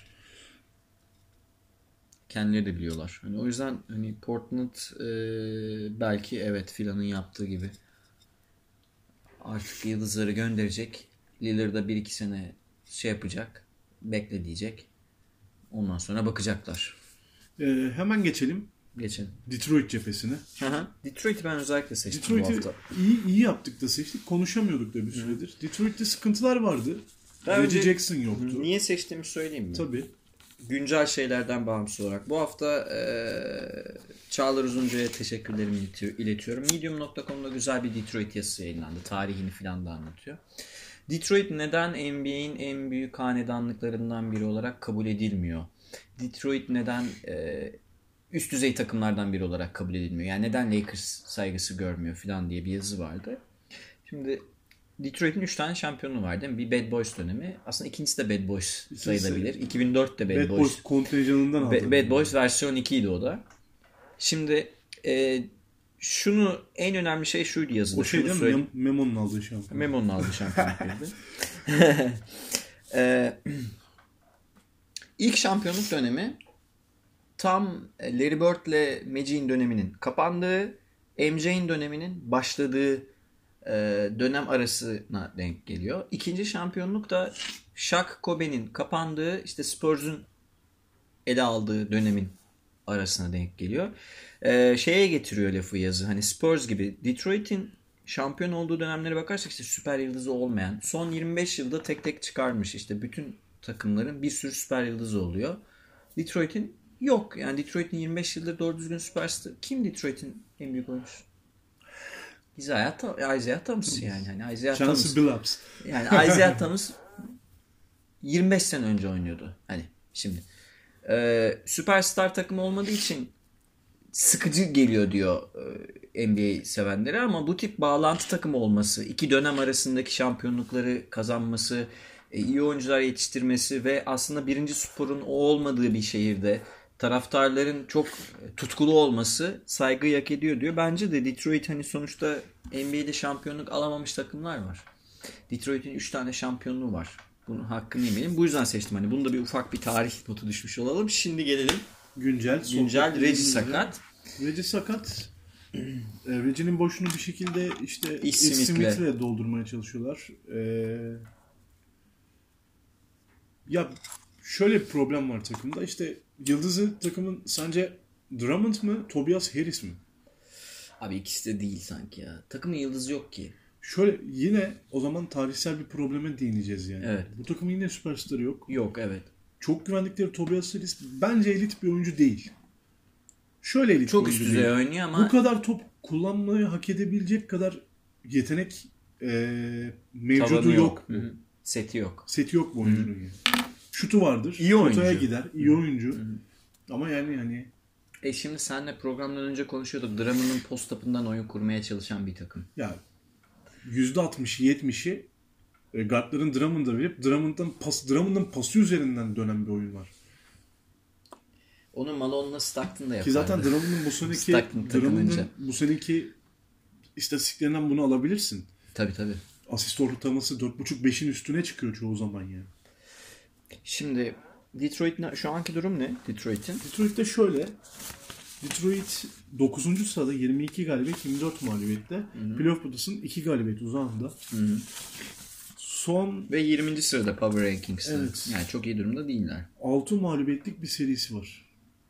Hani o yüzden hani Portland belki evet filanın yaptığı gibi artık yıldızları gönderecek. Lillard'a 1-2 sene şey yapacak. Bekle diyecek. Ondan sonra bakacaklar. Hemen geçelim. Detroit cephesine. Detroit'i ben özellikle seçtim Detroit'i bu hafta. iyi yaptık da seçtik. Konuşamıyorduk da bir süredir. Detroit'te sıkıntılar vardı. Reggie Jackson yoktu. Niye seçtiğimi söyleyeyim mi? Tabii. Güncel şeylerden bağımsız olarak. Bu hafta Çağlar Uzunca'ya teşekkürlerimi iletiyorum. Medium.com'da güzel bir Detroit yazısı yayınlandı. Tarihini falan da anlatıyor. Detroit neden NBA'in en büyük hanedanlıklarından biri olarak kabul edilmiyor? Detroit neden üst düzey takımlardan biri olarak kabul edilmiyor? Yani neden Lakers saygısı görmüyor falan diye bir yazı vardı. Şimdi Detroit'in 3 tane şampiyonu var değil mi? Bir Bad Boys dönemi. Aslında ikincisi de Bad Boys sayılabilir. 2004'te Bad Boys kontenjanından aldı. Bad Boys versiyon 2 idi o da. Şimdi şunu en önemli şey şuydu yazıda. O şey değil mi? Memo'nun aldığı şampiyon. Memo'nun aldığı şampiyonluklardı. İlk şampiyonluk dönemi tam Larry Bird'le Magic'in döneminin kapandığı, MJ'in döneminin başladığı dönem arasına denk geliyor. İkinci şampiyonluk da Shaq Kobe'nin kapandığı, işte Spurs'un ele aldığı dönemin arasına denk geliyor. Şeye getiriyor lafı yazı. Hani Spurs gibi Detroit'in şampiyon olduğu dönemlere bakarsak işte süper yıldızı olmayan, son 25 yılda tek tek çıkarmış işte bütün takımların bir sürü süper yıldızı oluyor. Detroit'in yok. Yani Detroit'in 25 yıldır doğru düzgün süperstar. Kim Detroit'in en büyük oyuncusu? Isaiah Thomas yani. Hani Isaiah Thomas. Yani Isaiah Thomas 25 sene önce oynuyordu. Hani şimdi süperstar takım olmadığı için sıkıcı geliyor diyor NBA sevenleri ama bu tip bağlantı takımı olması, iki dönem arasındaki şampiyonlukları kazanması, iyi oyuncular yetiştirmesi ve aslında birinci sporun o olmadığı bir şehirde taraftarların çok tutkulu olması saygıyı hak ediyor diyor. Bence de Detroit hani sonuçta NBA'de şampiyonluk alamamış takımlar var. Detroit'in 3 tane şampiyonluğu var. Bunun hakkını yemeyelim. Bu yüzden seçtim. Hani bunu da bir ufak bir tarih notu düşmüş olalım. Şimdi gelelim. Güncel Reggie sakat. Reggie sakat. Reggie'nin boşunu bir şekilde işte Smith'le doldurmaya çalışıyorlar. Ya şöyle bir problem var takımda. İşte yıldızı takımın sence Drummond mı, Tobias Harris mi? Abi ikisi de değil sanki ya. Takımın yıldızı yok ki. Şöyle yine o zaman tarihsel bir probleme değineceğiz yani. Evet. Bu takımın yine süperstarı yok. Yok evet. Çok güvendikleri Tobias Harris bence elit bir oyuncu değil. Şöyle elit çok bir oyuncu üst düzey oynuyor ama. Bu kadar top kullanmayı hak edebilecek kadar yetenek mevcudu yok. Seti yok. Seti yok bu oyuncunun. Şutu vardır. İyi oyuncu. Potaya gider. İyi oyuncu. Ama yani hani. Şimdi seninle programdan önce konuşuyorduk. Drummond'un post-up'ından oyun kurmaya çalışan bir takım. Ya %60'ı 70'i guardların Drummond'a verip Drummond'ın pası üzerinden dönen bir oyun var. Onu Malone'la Stockton'da yapardı. Ki zaten Drummond'un bu seneki istatistiklerinden bunu alabilirsin. Tabii. Asist ortalaması 4.5-5'in üstüne çıkıyor çoğu zaman yani. Şimdi Detroit'in şu anki durum ne? Detroit'te şöyle. Detroit 9. sırada 22 galibiyet 24 mağlubiyette. Playoff potasının 2 galibiyet uzağında. Son ve 20. sırada Power Rankings'te. Evet. Yani çok iyi durumda değiller. 6 mağlubiyetlik bir serisi var.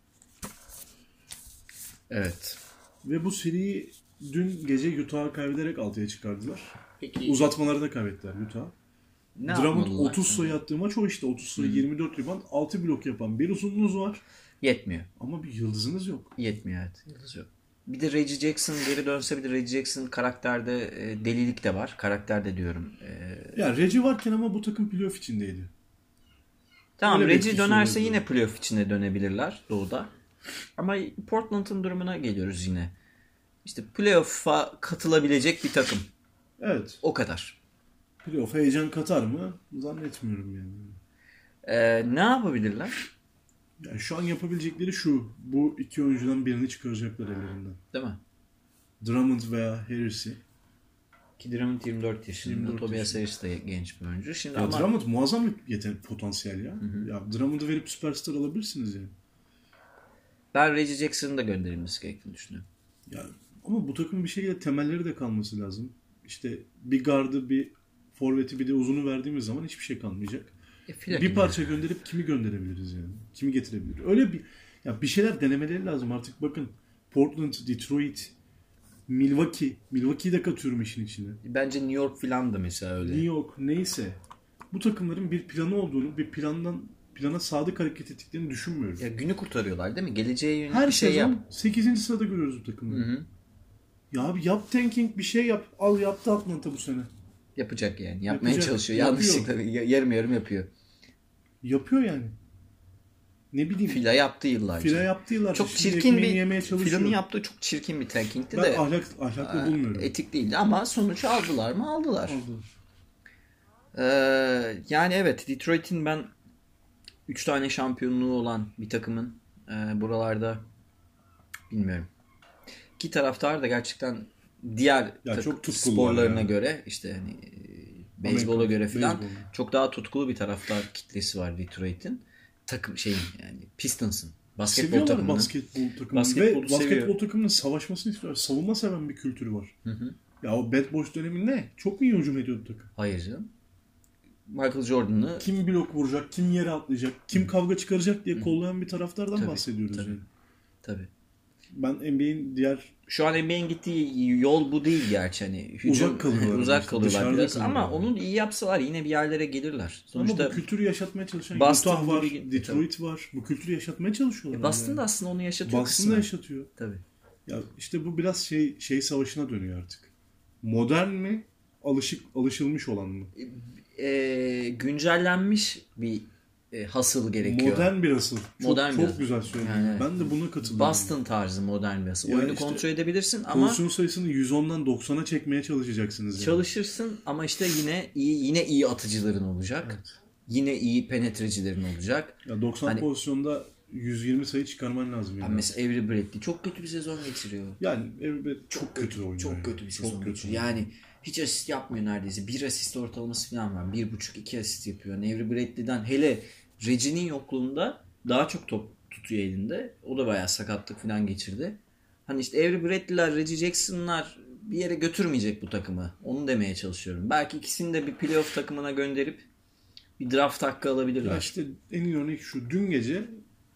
Evet. Ve bu seriyi dün gece Utah'a kaybederek 6'ya çıkardılar. Peki. Uzatmalarda kaybettiler Utah. Drummond 30 sayı attığı maç o işte. 30 sayı, 24 rebound, 6 blok yapan bir uzunluğunuz var. Yetmiyor. Ama bir yıldızınız yok. Yetmiyor, evet. Yıldız yok. Bir de Reggie Jackson geri dönse, bir de Reggie Jackson karakterde delilik de var. Karakter de diyorum. Ya Reggie varken ama bu takım playoff içindeydi. Tamam, Reggie dönerse yine playoff içine dönebilirler Doğu'da. Ama Portland'ın durumuna geliyoruz yine. İşte playoff'a katılabilecek bir takım. Evet. O kadar. Playoff heyecan katar mı? Zannetmiyorum yani. Ne yapabilirler? Yani şu an yapabilecekleri şu. Bu iki oyuncudan birini çıkaracaklar ellerinden. Değil mi? Drummond veya Harris'i. Ki Drummond 24 yaşında. Tobias Harris de genç bir oyuncu. Şimdi ama Drummond muazzam bir yetenek, potansiyel ya. Hı-hı. Ya Drummond'u verip süperstar alabilirsiniz yani. Ben Reggie Jackson'ı da gönderilmesi gerektiğini düşünüyorum. Ya ama bu takım bir şekilde temelleri de kalması lazım. İşte bir gardı, bir forveti, bir de uzunu verdiğimiz zaman hiçbir şey kalmayacak. Bir parça gönderip kimi gönderebiliriz yani? Kimi getirebiliriz? Öyle bir şeyler denemeleri lazım artık. Bakın Portland, Detroit, Milwaukee'yi de katıyorum işin içine. Bence New York falan da mesela öyle. New York neyse. Bu takımların bir planı olduğunu, bir plana sadık hareket ettiklerini düşünmüyorum. Ya günü kurtarıyorlar değil mi? Geleceğe yönelik her bir şey yap. Her sezon 8. sırada görüyoruz bu takımları. Hı-hı. Ya abi yap tanking, bir şey yap. Al yaptı Atlanta bu sene. Yapacak yani. Yapmaya çalışıyor. Yanlışlıkla yarım yapıyor. Yapıyor yani. Ne bileyim. Fila yaptı yıllarca. Çok çirkin bir Fila'nın yaptığı çok çirkin bir tanking'ti de. Ahlaklı bulmuyorum. Etik değildi ama sonuç aldılar mı? Aldılar. Yani evet, Detroit'in ben 3 tane şampiyonluğu olan bir takımın buralarda bilmiyorum. İki taraftar da gerçekten diğer sporlarına göre işte hani beyzbola göre falan çok daha tutkulu bir taraftar kitlesi var Detroit'in. Takım yani Pistons'ın basketbol takımının. Basketbol takımının savaşmasını istiyorlar. Savunma seven bir kültürü var. Hı. Ya o Bad Boys döneminde çok mu iyi hücum ediyordu takım? Hayır canım. Michael Jordan'ı kim blok vuracak, kim yere atlayacak, kim kavga çıkaracak diye kollayan bir taraftardan bahsediyoruz. Tabii. Ben NBA'in şu an NBA'in gittiği yol bu değil gerçi, hani uzak kalıyorlar biraz ama onu iyi yapsalar yine bir yerlere gelirler. Sonuçta ama bu kültürü yaşatmaya çalışan Utah var, Detroit var. Bu kültürü yaşatmaya çalışıyorlar. Boston da aslında onu yaşatıyor. Boston da yaşatıyor. Tabii. Ya işte bu biraz şey savaşına dönüyor artık. Modern mi, alışılmış olan mı? Güncellenmiş bir hasıl gerekiyor. Modern bir hasıl. Çok güzel söyledin. Yani, ben de buna katılıyorum. Boston tarzı modern bir hasıl. Yani oyunu işte kontrol edebilirsin ama pozisyon sayısını 110'dan 90'a çekmeye çalışacaksınız. Yani. Çalışırsın ama işte yine iyi atıcıların olacak. Evet. Yine iyi penetrecilerin olacak. Ya 90 pozisyonda 120 sayı çıkarman lazım yani. Mesela Avery Bradley çok kötü bir sezon geçiriyor. Yani Avery Bradley çok kötü oynuyor. Çok kötü bir sezon geçiriyor. Yani hiç asist yapmıyor neredeyse. 1 asist ortalaması falan var. 1.5-2 asist yapıyor. Yani Avery Bradley'den hele Reggie'nin yokluğunda daha çok top tutuyor elinde. O da bayağı sakatlık falan geçirdi. Hani işte Avery Bradley'ler, Reggie Jackson'lar bir yere götürmeyecek bu takımı. Onu demeye çalışıyorum. Belki ikisini de bir playoff takımına gönderip bir draft hakkı alabilirler. Ya işte en iyi örnek şu. Dün gece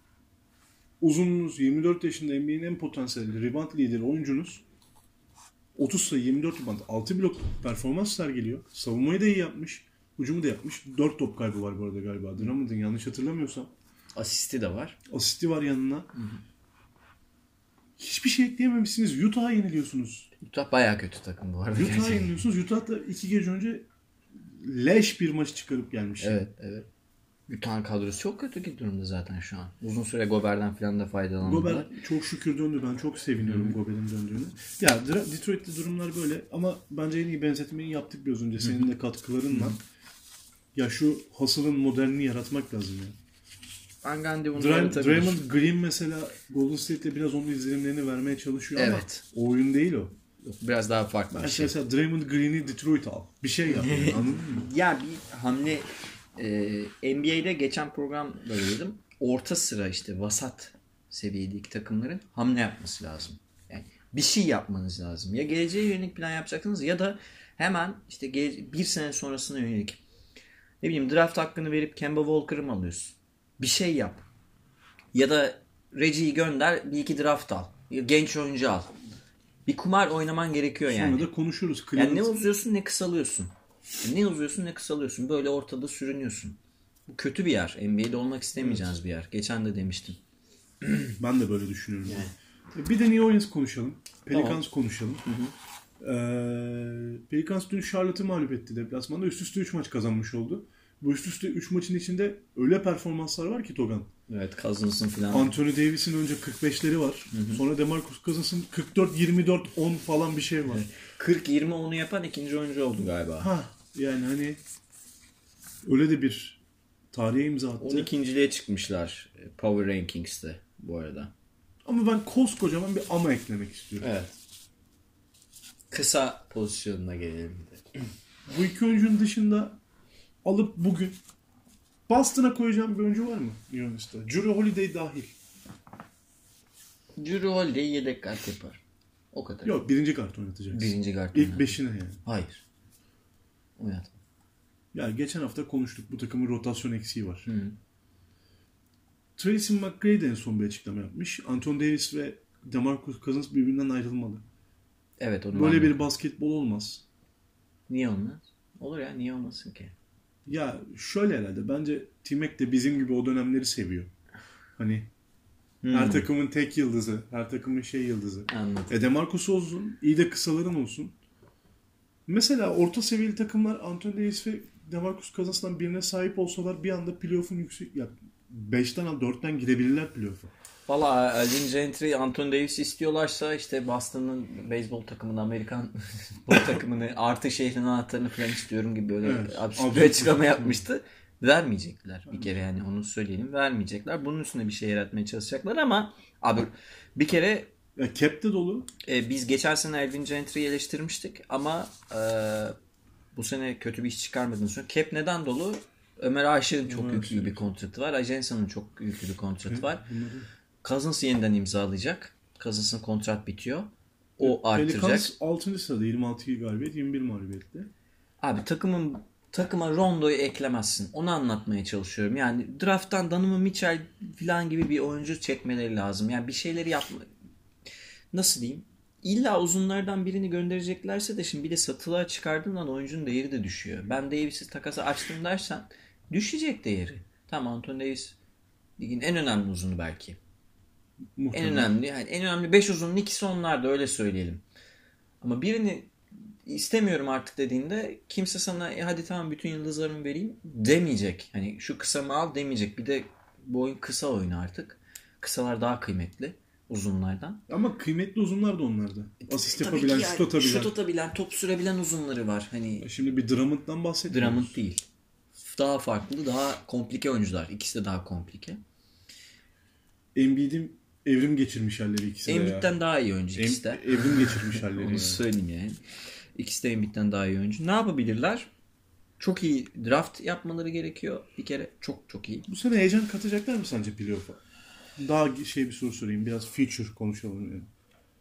uzununuz 24 yaşında NBA'nin en potansiyelli rebound lideri oyuncunuz 30 sayı 24 rebound 6 blok performans sergiliyor. Savunmayı da iyi yapmış. Hücumu da yapmış. 4 top kaybı var bu arada galiba. Drummond'un yanlış hatırlamıyorsam. Asisti de var. Asisti var yanına. Hı-hı. Hiçbir şey ekleyememişsiniz. Utah'a yeniliyorsunuz. Utah bayağı kötü takım bu arada. Utah'a yeniliyorsunuz. Utah da 2 gece önce leş bir maçı çıkarıp gelmiş. Evet. Utah'ın kadrosu çok kötü ki durumda zaten şu an. Uzun süre Gobert'den falan da faydalandılar. Gober çok şükür döndü. Ben çok seviniyorum Gobert'in döndüğünü. Ya Detroit'te durumlar böyle ama bence en iyi benzetmeyi yaptık biraz önce. Senin de katkılarınla. Ya şu hasılın modernini yaratmak lazım ya. Ben Gandhi bunu Draymond Green mesela Golden State'te biraz onun izlenimlerini vermeye çalışıyor ama o oyun değil o. Biraz daha farklı bir şey. Mesela Draymond Green'i Detroit al. Bir şey yap. Yani, anladın mı? Ya bir hamle NBA'de geçen program dedim. Orta sıra işte vasat seviyedeki takımların hamle yapması lazım. Yani bir şey yapmanız lazım. Ya geleceğe yönelik plan yapacaksınız ya da hemen işte bir sene sonrasına yönelik. Ne bileyim draft hakkını verip Kemba Walker'ı mı alıyorsun? Bir şey yap. Ya da Reggie'yi gönder bir iki draft al. Genç oyuncu al. Bir kumar oynaman gerekiyor yani. Sonra da konuşuruz. Yani ne uzuyorsun ne kısalıyorsun. Ne uzuyorsun ne kısalıyorsun. Böyle ortada sürünüyorsun. Bu kötü bir yer. NBA'de olmak istemeyeceğiniz bir yer. Geçen de demiştim. Ben de böyle düşünüyorum. Yani. Bir de New Orleans konuşalım. Pelicans konuşalım. Pelicans dün Charlotte'ı mağlup etti deplasmanda. Üst üste 3 maç kazanmış oldu. Bu üst üste 3 maçın içinde öyle performanslar var ki Togan. Evet, Cousins'ın falan. Anthony Davis'in önce 45'leri var. Sonra DeMarcus Cousins'ın 44-24-10 falan bir şey var. 40-20-10'u yapan ikinci oyuncu oldu galiba. Yani hani öyle de bir tarihe imza attı. 12.liğe çıkmışlar Power Rankings'te bu arada. Ama ben koskocaman bir ama eklemek istiyorum. Evet. Kısa pozisyonuna gelelim de. Bu iki oyuncunun dışında alıp bugün Boston'a koyacağım bir oyuncu var mı Yunanistan'da? Jrue Holiday dahil. Jrue Holiday yedek kart yapar. O kadar. Yok, birinci kart oynatacaksın. Birinci kart İlk beşine yani. Hayır. Oynatma. Ya geçen hafta konuştuk. Bu takımın rotasyon eksiği var. Tracy McGrady de en son bir açıklama yapmış. Anthony Davis ve DeMarcus Cousins birbirinden ayrılmalı. Evet, onu böyle bir basketbol olmaz. Niye olmaz? Olur ya, niye olmasın ki? Ya şöyle herhalde. Bence T-Mac de bizim gibi o dönemleri seviyor. Hani her takımın tek yıldızı, her takımın yıldızı. Anladım. DeMarcus olsun, iyi de kısaların olsun. Mesela orta seviyeli takımlar Anthony Davis ve DeMarcus Cousins'tan birine sahip olsalar bir anda playoff'un yüksek... Ya 5'ten 4'ten girebilirler playoff'a. Valla Elvin Gentry, Anthony Davis istiyorlarsa işte Boston'ın beyzbol takımını, Amerikan futbol takımını, artı şehrin anahtarını falan istiyorum gibi böyle absürt bir açıklama yapmıştı. Vermeyecekler bir kere, yani onu söyleyelim, vermeyecekler. Bunun üstüne bir şey yaratmaya çalışacaklar ama abi bir kere ya cap'te dolu. Biz geçen sene Elvin Gentry'yi eleştirmiştik ama bu sene kötü bir iş çıkarmadığını söylüyorum. Cap neden dolu? Ömer Aşık'ın çok yüklü bir kontratı var. Ajensa'nın çok yüklü bir kontratı var. Cousins yeniden imzalayacak. Cousins'ın kontrat bitiyor. O arttıracak. Pelicans 6. sırada 26 galibiyet, 21 mağlubiyetle. Abi takıma Rondo'yu eklemezsin. Onu anlatmaya çalışıyorum. Yani draft'tan Donovan Mitchell falan gibi bir oyuncu çekmeleri lazım. Yani bir şeyleri yapma. Nasıl diyeyim? İlla uzunlardan birini göndereceklerse de şimdi bir de satılığa çıkardığından oyuncunun değeri de düşüyor. Ben Davis'i takası açtım dersen düşecek değeri. Tamam, Anthony Davis ligin en önemli uzunu belki. Muhtemelen. En önemli 5 uzunun ikisi onlardı, öyle söyleyelim. Ama birini istemiyorum artık dediğinde kimse sana hadi tamam bütün yıldızlarımı vereyim demeyecek. Hani şu kısamı al demeyecek. Bir de bu oyun kısa oyun artık. Kısalar daha kıymetli uzunlardan. Ama kıymetli uzunlar da onlarda. Asist yapabilen, şut atabilen, top sürebilen uzunları var. Hani şimdi bir Drummond'dan bahsediyoruz. Drummond değil. Daha farklı, daha komplike oyuncular. İkisi de daha komplike. Embiid'in evrim geçirmiş halleri ikisi de ya. Embiid'den daha iyi oyuncu ikisi de. Evrim geçirmiş halleri. Onu söyleyeyim yani. İkisi de Embiid'den daha iyi oyuncu. Ne yapabilirler? Çok iyi draft yapmaları gerekiyor. Bir kere çok iyi. Bu sene heyecan katacaklar mı sence playoff'a? Daha bir soru sorayım. Biraz future konuşalım yani.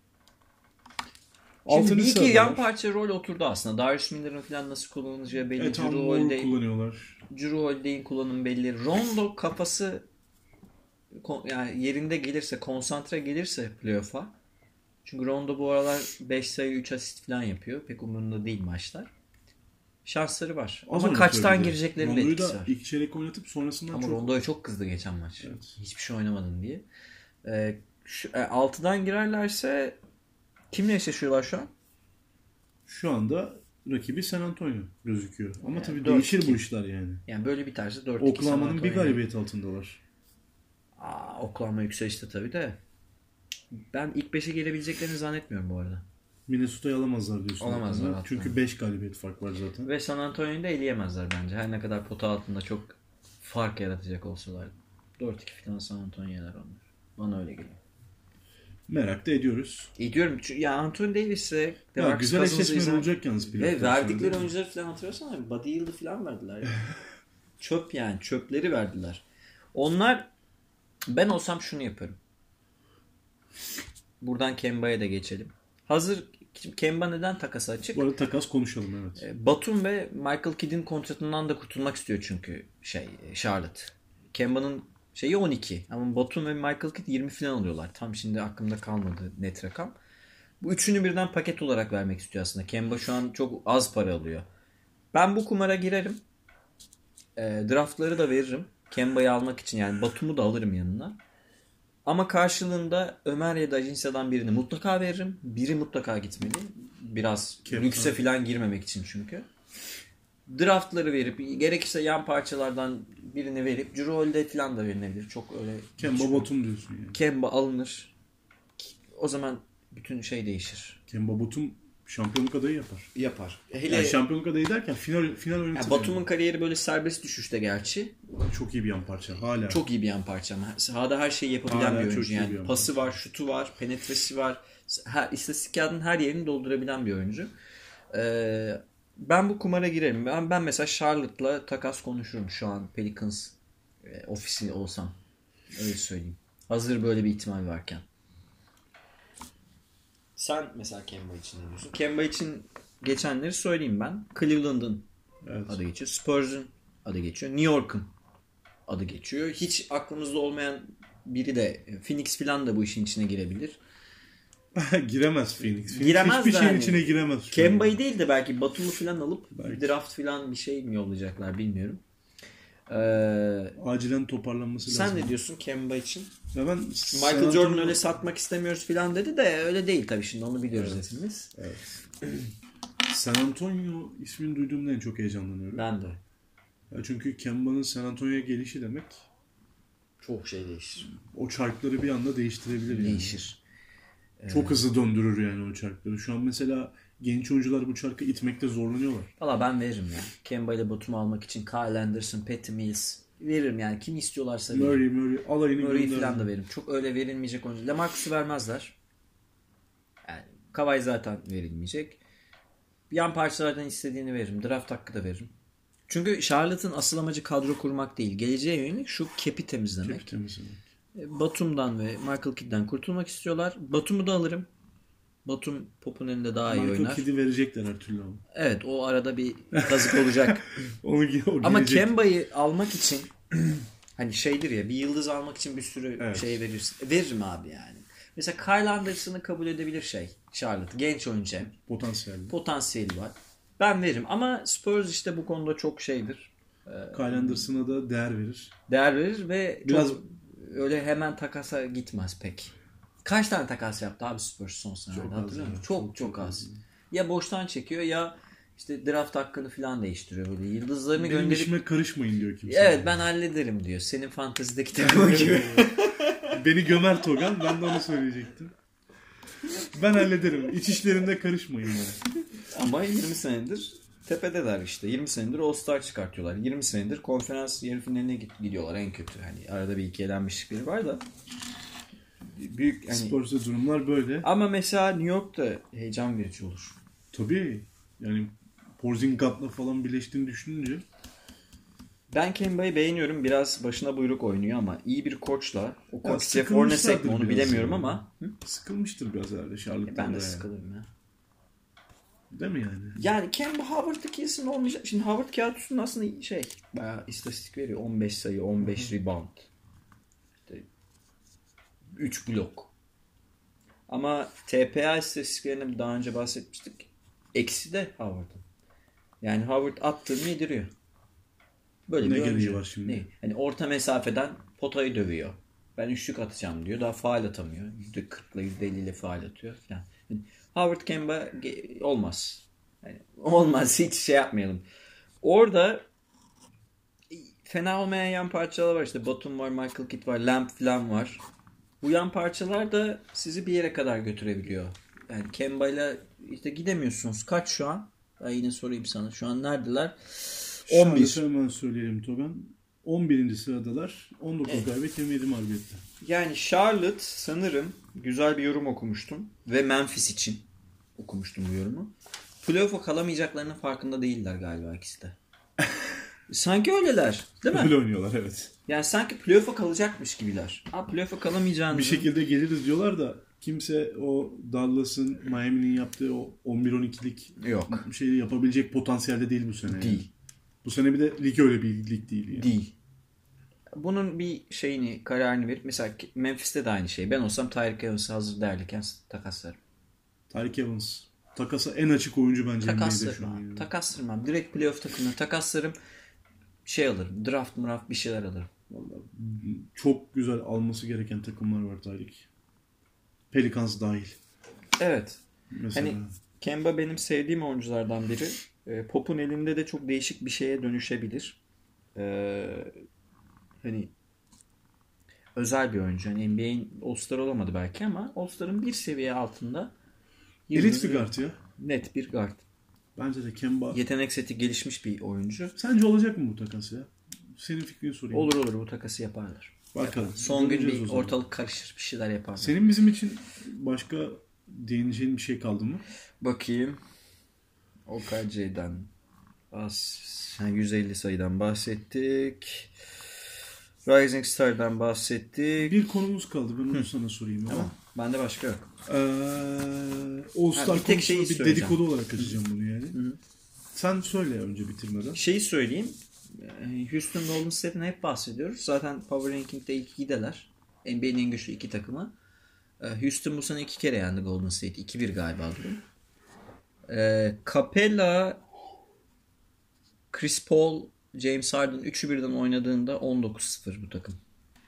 Şimdi bir iki yan parça rol oturdu aslında. Darius Miller'ın falan nasıl kullanacağı belli. Jrue Holiday'in kullanımı belli. Rondo kafası yani yerinde gelirse, konsantre gelirse playoff'a. Çünkü Rondo bu aralar 5 sayı 3 asist falan yapıyor. Pek umurunda değil maçlar. Şansları var. Ama kaçtan gireceklerinin de etkisi var. Rondo'yu da ilk çeyrek oynatıp sonrasından ama Rondo'ya çok kızdı geçen maç. Evet. Hiçbir şey oynamadın diye. 6'dan girerlerse kimle eşleşiyorlar şu an? Şu anda rakibi San Antonio gözüküyor. Ama yani tabii değişir bu işler yani. Yani böyle biterse 4-2 Oklahoma'nın bir galibiyet altındalar. Oklahoma yükselişte tabii de. Ben ilk 5'e gelebileceklerini zannetmiyorum bu arada. Minnesota'yı alamazlar diyorsun. Alamazlar. Çünkü 5 galibiyet fark var zaten. Ve San Antonio'yu da eleyemezler bence. Her ne kadar pota altında çok fark yaratacak olsalar. 4-2 falan San Antonio yener onlar. Bana öyle geliyor. Merak da ediyoruz. Ediyorum. Ya Anthony Davis'e güzel eşleşmeler olacak yalnız. Ve verdikleri oyuncuları falan hatırlıyorsan Buddy Hield'ı falan verdiler. Ya. Çöp yani. Çöpleri verdiler. Onlar, ben olsam şunu yaparım. Buradan Kemba'ya da geçelim. Hazır Kemba neden takası açık? Bu arada takas konuşalım, evet. Batum ve Michael Kidd'in kontratından da kurtulmak istiyor çünkü Charlotte. Kemba'nın şeyi 12 ama Batum ve Michael Kidd 20 falan alıyorlar. Tam şimdi aklımda kalmadı net rakam. Bu üçünü birden paket olarak vermek istiyor aslında. Kemba şu an çok az para alıyor. Ben bu kumara girerim. Draftları da veririm. Kemba'yı almak için, yani Batum'u da alırım yanına. Ama karşılığında Ömer ya da Ajinsa'dan birini mutlaka veririm. Biri mutlaka gitmeli. Biraz lükse falan girmemek için çünkü. Draftları verip gerekirse yan parçalardan birini verip Jrue Holiday falan da verilebilir. Çok öyle. Kemba Batum diyorsun yani. Kemba alınır. O zaman bütün şey değişir. Kemba Batum şampiyonluk adayı yapar. Hele yani şampiyonluk adayı derken final oynatır. Yani Batum'un kariyeri böyle serbest düşüşte gerçi. Çok iyi bir yan parça hala. Çok iyi bir yan parça ama sahada her şeyi yapabilen hala bir oyuncu. Yani pası var, şutu var, penetresi var. İstatistik kağıdının her yerini doldurabilen bir oyuncu. Ben bu kumara girerim. Ben mesela Charlotte'la takas konuşurum şu an Pelicans ofisi olsam. Öyle söyleyeyim. Hazır böyle bir ihtimal varken. Sen mesela Kemba için ne diyorsun? Kemba için geçenleri söyleyeyim ben. Cleveland'ın adı geçiyor. Spurs'un adı geçiyor. New York'un adı geçiyor. Hiç aklımızda olmayan biri de Phoenix falan da bu işin içine girebilir. Giremez Phoenix. Giremez hiçbir şeyin içine giremez. Kemba'yı değil de belki Batum'u falan alıp draft falan bir şey mi yollayacaklar bilmiyorum. Acilen toparlanması sen lazım. Sen ne diyorsun Kemba için? Ya ben Michael Jordan öyle satmak istemiyoruz falan dedi de öyle değil tabii, şimdi onu biliyoruz hepimiz. Evet. San Antonio ismini duyduğumda en çok heyecanlanıyorum. Ben de. Ya çünkü Kemba'nın San Antonio'ya gelişi demek çok şey değişir. O çarkları bir anda değiştirebilir. Değişir. Yani. Çok hızlı döndürür yani o çarkları. Şu an mesela genç oyuncular bu çarkı itmekte zorlanıyorlar. Valla ben veririm ya. Kemba ile Batum'u almak için Kyle Anderson, Patty Mills veririm yani. Kim istiyorlarsa veririm. Murray alayını Murray'i falan da veririm. Çok öyle verilmeyecek oyuncu. LaMarcus'u vermezler. Yani Kawhi zaten verilmeyecek. Yan parçalardan istediğini veririm. Draft hakkı da veririm. Çünkü Charlotte'ın asıl amacı kadro kurmak değil. Geleceğe yönelik şu cap'i temizlemek. Batum'dan ve Michael Kidd'den kurtulmak istiyorlar. Batum'u da alırım. Batum Pop'un elinde daha iyi oynar. Michael Kidd'i verecekler her türlü ama. Evet, o arada bir kazık olacak. o ama Kemba'yı almak için hani şeydir ya, bir yıldız almak için bir sürü şey verirsin. Veririm abi yani. Mesela Kyle Anderson'ı kabul edebilir Charlotte. Genç oyuncu. Potansiyeli var. Ben veririm ama Spurs işte bu konuda çok şeydir. Kyle Anderson'a da değer verir. Değer verir ve biraz çok öyle hemen takasa gitmez pek. Kaç tane takas yaptı abi Spurs son senelerde, hatırlıyor musun? Çok az. Ya boştan çekiyor ya işte draft hakkını falan değiştiriyor böyle. Yıldızlarını benim gönderip... işime karışmayın diyor kimse. Evet, ben hallederim diyor. Senin fantezideki takımı gibi. Beni gömer Togan. Ben de onu söyleyecektim. Ben hallederim. İç işlerinde karışmayın bana. Ama 20 senedir tepedeler işte. 20 senedir All-Star çıkartıyorlar. 20 senedir konferans yarı finaline gidiyorlar en kötü. Hani arada bir iki elenmişlikleri var da. Büyük hani... Spurs'ta durumlar böyle. Ama mesela New York'ta heyecan verici olur. Tabii. Yani Porzingat'la falan birleştiğini düşününce. Ben Kemba'yı beğeniyorum. Biraz başına buyruk oynuyor ama iyi bir koçla. O koç Jeff Hornacek mi onu bilemiyorum ama. Sıkılmıştır biraz herhalde Charlotte'da. Ben de sıkılırım ya. Değil mi yani? Yani Kemba Howard'da kesin olmayacak. Şimdi Howard kağıt üstünde aslında bayağı istatistik veriyor. 15 sayı, 15 rebound. İşte 3 blok. Ama TPA istatistiklerine daha önce bahsetmiştik. Eksi de Howard'ın. Yani Howard attığını yediriyor. Böyle ne geleceği var şimdi? Ne? Hani orta mesafeden potayı dövüyor. Ben üçlük atacağım diyor. Daha faal atamıyor. %40'la %50 ile faal atıyor falan. Yani Howard Kemba olmaz. Yani olmaz, hiç şey yapmayalım. Orada fena olmayan yan parçalar var. İşte Batum var, Michael Kidd var, Lamb falan var. Bu yan parçalar da sizi bir yere kadar götürebiliyor. Yani Kemba'yla işte gidemiyorsunuz. Kaç şu an? Ben yine sorayım sana. Şu an neredeler? 11. Hemen söyleyelim Togan. 11. sıradalar. 19 galibiyet 27 mağlubiyette. Yani Charlotte sanırım güzel bir yorum okumuştum. Ve Memphis için okumuştum bu yorumu. Playoff'a kalamayacaklarının farkında değiller galiba ikisi de. Sanki öyleler. Değil mi? Öyle oynuyorlar evet. Yani sanki playoff'a kalacakmış gibiler. Playoff'a kalamayacağını... Bir şekilde geliriz diyorlar da kimse o Dallas'ın, Miami'nin yaptığı o 11-12'lik yok. Şeyi yapabilecek potansiyelde değil bu sene. Değil. Yani. Bu sene bir de lig öyle bir lig değil. Yani. Değil. Bunun bir kararını verip mesela Memphis'te de aynı şey. Ben olsam Tyreek Evans'ı hazır derken takaslarım. Tyreek Evans. Takasa en açık oyuncu bence NBA'de şu an. Takaslarım. Direkt playoff takımına takaslarım. Alırım. Draft bir şeyler alırım. Vallahi çok güzel alması gereken takımlar var Tyreek. Pelicans dahil. Evet. Mesela. Hani Kemba benim sevdiğim oyunculardan biri. Pop'un elinde de çok değişik bir şeye dönüşebilir. Hani özel bir oyuncu. Hani NBA'in All-Star olamadı belki ama All-Star'ın bir seviye altında. Elit bir guard ya. Net bir guard. Bence de Kemba. Yetenek seti gelişmiş bir oyuncu. Sence olacak mı bu takas ya? Senin fikrini sorayım. Olur bu takası yaparlar. Bakalım. Son gün bir ortalık karışır bir şeyler yaparlar. Senin bizim için başka değineceğin bir şey kaldı mı? Bakayım. OKC'den 150 sayıdan bahsettik. Rising Star'dan bahsettik. Bir konumuz kaldı. Ben onu sana sorayım. Tamam. Bende başka yok. All-Star konusunda bir dedikodu olarak açacağım bunu yani. Hı. Sen söyle önce bitirmeden. Söyleyeyim. Houston Golden State'den hep bahsediyoruz. Zaten Power Ranking'de ilk gideler. NBA'nin en güçlü iki takımı. Houston bu sene 2 kere yendi Golden State. 2-1 galiba durum. Capella, Chris Paul, James Harden 3'ü birden oynadığında 19-0 bu takım.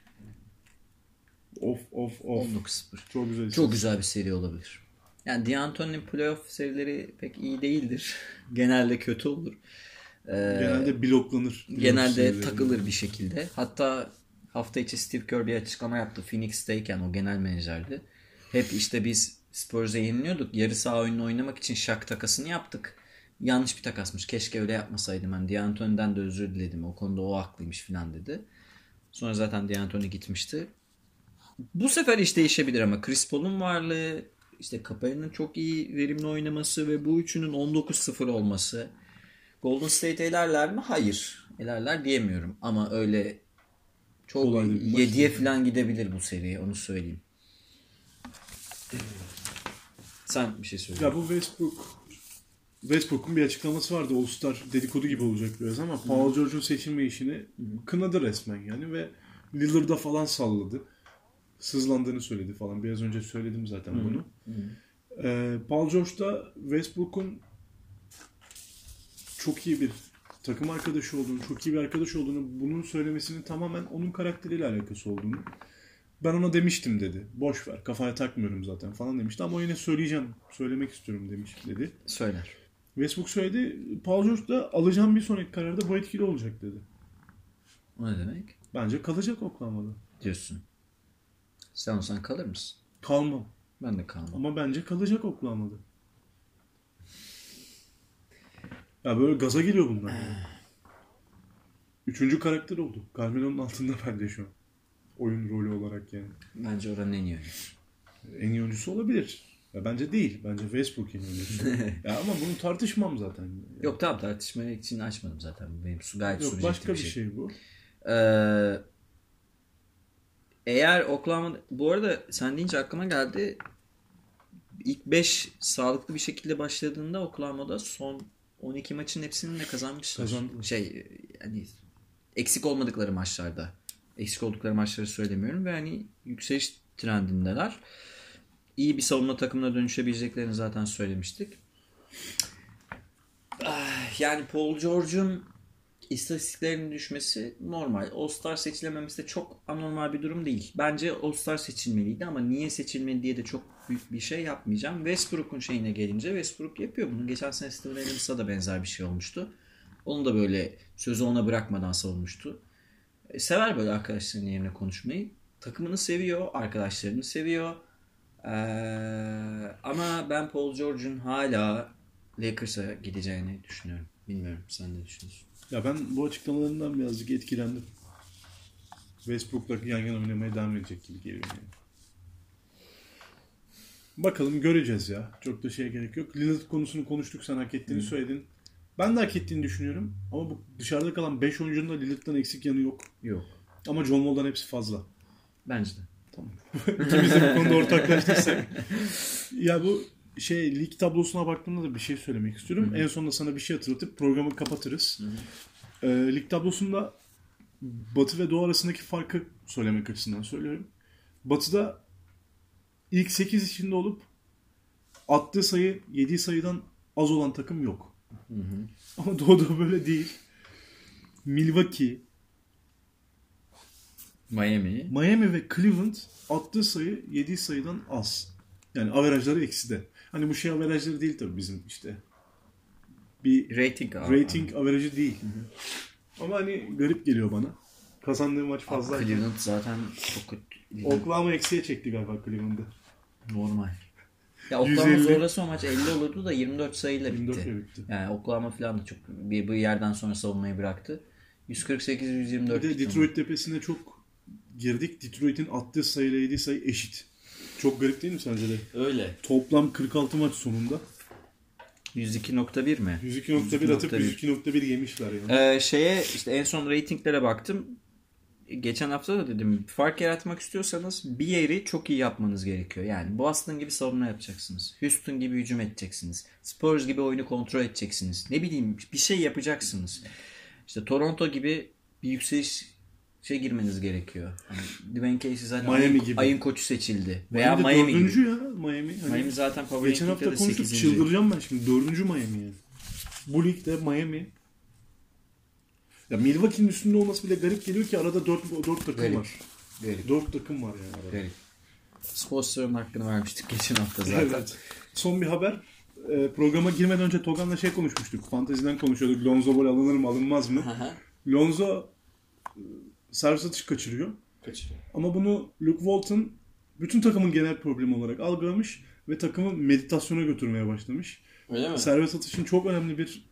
Of. 19-0. Çok güzel. Çok güzel bir seri olabilir. Yani D'Antoni'nin playoff serileri pek iyi değildir. Genelde kötü olur. Genelde bloklanır. Genelde takılır bir şekilde. Hatta hafta içi Steve Kerr bir açıklama yaptı. Phoenix'teyken o genel menajerdi. Hep işte biz Spurs'e yeniliyorduk. Yarı saha oyununu oynamak için Shaq takasını yaptık. Yanlış bir takasmış. Keşke öyle yapmasaydım. Ben D'Antoni'den de özür diledim. O konuda o haklıymış falan dedi. Sonra zaten D'Antoni gitmişti. Bu sefer iş değişebilir ama Chris Paul'un varlığı, işte Capella'nın çok iyi verimli oynaması ve bu üçünün 19-0 olması. Golden State elerler mi? Hayır. Elerler diyemiyorum. Ama öyle çok 7'ye falan gidebilir bu seri. Onu söyleyeyim. Sen bir şey söyle. Ya bu Westbrook'un bir açıklaması vardı. All-Star dedikodu gibi olacak biraz ama Paul George'un seçilme işini kınadı resmen yani ve Lillard'a falan salladı. Sızlandığını söyledi falan. Biraz önce söyledim zaten bunu. Paul George da Westbrook'un çok iyi bir takım arkadaşı olduğunu, çok iyi bir arkadaş olduğunu, bunun söylemesinin tamamen onun karakteriyle alakası olduğunu. Ben ona demiştim dedi. Boş ver, kafaya takmıyorum zaten falan demişti ama yine söylemek istiyorum demiş dedi. Söyler. Westbrook söyledi. Paul George da alacağım bir sonraki kararda bu etkili olacak dedi. O ne demek? Bence kalacak Oklahoma'da. Diyorsun. Sen olsan kalır mısın? Kalmam. Ben de kalmam. Ama bence kalacak Oklahoma'da. Ya böyle gaza geliyor bunlar. Yani. 3. karakter oldu. Carmelo'nun altında bence şu an. Oyun rolü olarak yani. Bence oranın en iyi oyuncusu. En iyi oyuncusu olabilir. Ya bence değil. Bence Westbrook en iyi oyuncusu. Ya ama bunu tartışmam zaten. Yani. Yok tamam, tartışmaya için açmadım zaten. Benim gayet subjektif başka bir şey bu. Eğer Oklahoma... Bu arada sen deyince aklıma geldi. İlk 5 sağlıklı bir şekilde başladığında Oklahoma'da son 12 maçın hepsini de kazanmışlar. Yani eksik olmadıkları maçlarda. Eksik oldukları maçları söylemiyorum ve hani yükseliş trendindeler. İyi bir savunma takımına dönüşebileceklerini zaten söylemiştik. Yani Paul George'un istatistiklerinin düşmesi normal. All-Star seçilememesi de çok anormal bir durum değil. Bence All-Star seçilmeliydi ama niye seçilmeli diye de çok büyük bir şey yapmayacağım. Westbrook'un şeyine gelince Westbrook yapıyor bunu. Geçen sene Steven Adams'a da benzer bir şey olmuştu. Onu da böyle sözü ona bırakmadan savunmuştu. Sever böyle arkadaşlarının yerine konuşmayı. Takımını seviyor, arkadaşlarını seviyor. Ama ben Paul George'un hala Lakers'a gideceğini düşünüyorum. Bilmiyorum, sen ne düşünüyorsun? Ya ben bu açıklamalarından birazcık etkilendim. Westbrook'la yan yana oynamaya devam edecek gibi geliyor yani. Bakalım, göreceğiz ya. Çok da şeye gerek yok. Lillard konusunu konuştuk. Sen hak ettiğini söyledin. Ben de hak ettiğini düşünüyorum. Ama bu dışarıda kalan 5 oyuncunun da Lillard'dan eksik yanı yok. Yok. Ama John Wall'dan hepsi fazla. Bence de. Tamam. İkimiz de bu konuda ortaklaştıysak. Ya bu lig tablosuna baktığımda da bir şey söylemek istiyorum. Hı-hı. En sonunda sana bir şey hatırlatıp programı kapatırız. Lig tablosunda Batı ve Doğu arasındaki farkı söylemek açısından söylüyorum. Batı'da ilk 8 içinde olup attığı sayı 7 sayıdan az olan takım yok. Hı-hı. Ama Doğu'da böyle değil. Milwaukee, Miami ve Cleveland attığı sayı 7 sayıdan az. Yani averajları ekside. Hani bu şey averajları değil tabii bizim işte. Bir rating averajı değil. Hı-hı. Ama hani garip geliyor bana. Kazandığı maç fazla. Cleveland zaten çok kötü. Oklahoma eksiye çekti galiba Cleveland'ı. Normal. Ya Oklahoma zorlasa o maç 50 olurdu da 24 sayıyla bitti. 24 bitti. Yani Oklahoma falan da çok bir yerden sonra savunmayı bıraktı. 148-124. Bir de Detroit tepesine çok girdik. Detroit'in attığı sayıyla yediği sayı eşit. Çok garip değil mi sence de? Öyle. Toplam 46 maç sonunda. 102.1 mi? 102.1 atıp 102.1 yemişler yani. İşte en son ratinglere baktım. Geçen hafta da dedim, fark yaratmak istiyorsanız bir yeri çok iyi yapmanız gerekiyor. Yani Boston gibi savunma yapacaksınız. Houston gibi hücum edeceksiniz. Spurs gibi oyunu kontrol edeceksiniz. Ne bileyim, bir şey yapacaksınız. İşte Toronto gibi bir yükseliş girmeniz gerekiyor. Yani Dwayne Casey zaten ayın koçu seçildi. Veya Miami gibi. 4. ya Miami. Miami zaten power geçen hafta konuştuk, çıldıracağım ben şimdi. 4. Miami yani. Bu ligde Miami. Ya Milwaukee'nin üstünde olması bile garip geliyor ki arada 4 takım garip. Var. Garip. 4 takım var yani arada. Garip. Sponsor'un hakkını vermiştik geçen hafta zaten. Evet. Son bir haber. Programa girmeden önce Togan'la konuşmuştuk. Fanteziden konuşuyorduk. Lonzo Ball alınır mı alınmaz mı? Lonzo servis atış kaçırıyor. Ama bunu Luke Walton bütün takımın genel problemi olarak algılamış ve takımı meditasyona götürmeye başlamış. Öyle mi? Servis atışın çok önemli bir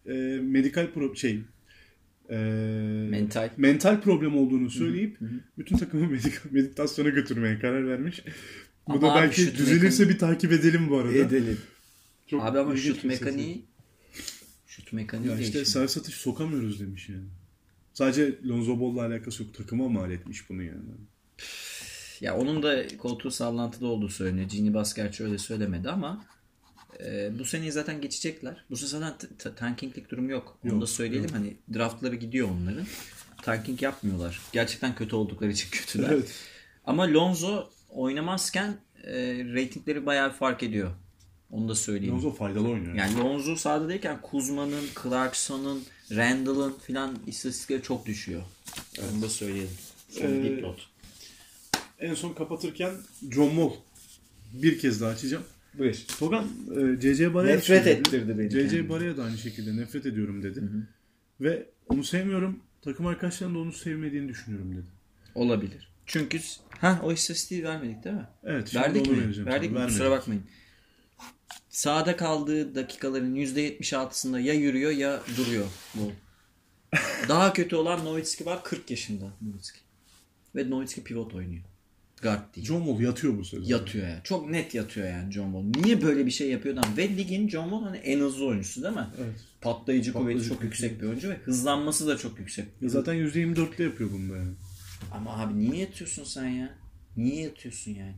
mental problem olduğunu söyleyip bütün takımı meditasyona götürmeye karar vermiş. Bu ama da belki düzelirse bir takip edelim bu arada. Edelim. Çok abi ama şut mekaniği ya işte servis atış sokamıyoruz demiş yani. Sadece Lonzo Ball'la alakası yok. Takıma mal etmiş bunu yani. Ya onun da koltuğu sallantıda olduğu söyleniyor. Gini Bass gerçi öyle söylemedi ama bu seneyi zaten geçecekler. Bu sene zaten tankinglik durum yok. Onu da söyleyelim. Yok. Hani draftları gidiyor onların. Tanking yapmıyorlar. Gerçekten kötü oldukları için kötüler. Evet. Ama Lonzo oynamazken ratingleri bayağı fark ediyor. Onu da söyleyeyim. Lonzo faydalı oynuyor. Yani Lonzo sahadayken Kuzma'nın, Clarkson'un, Randall'ın filan istatistikleri çok düşüyor. Evet. Onu da söyleyelim. Son dipnot. En son kapatırken John Wall bir kez daha açacağım. Buyur. Togan C.C. Barre'ya nefret ettirdi beni. C.C. Barre'ya da aynı şekilde nefret ediyorum dedi. Hı-hı. Ve onu sevmiyorum. Takım arkadaşlarının da onu sevmediğini düşünüyorum dedi. Olabilir. Çünkü o istatistiği vermedik değil mi? Evet. Verdik mi? Verdik mi? Kusura bakmayın. Sahada kaldığı dakikaların %76'sında ya yürüyor ya duruyor. Bu. Daha kötü olan Nowitzki var. 40 yaşında Nowitzki. Ve Nowitzki pivot oynuyor. Guard değil. John Wall yatıyor bu sezon. Yatıyor ya. Çok net yatıyor yani John Wall. Niye böyle bir şey yapıyor? Ve ligin John Wall en hızlı oyuncusu değil mi? Evet. Patlayıcı kuvveti çok yüksek bir oyuncu ve hızlanması da çok yüksek. Ya zaten %24'le yapıyor bunu da yani. Ama abi niye yatıyorsun sen ya? Niye yatıyorsun yani?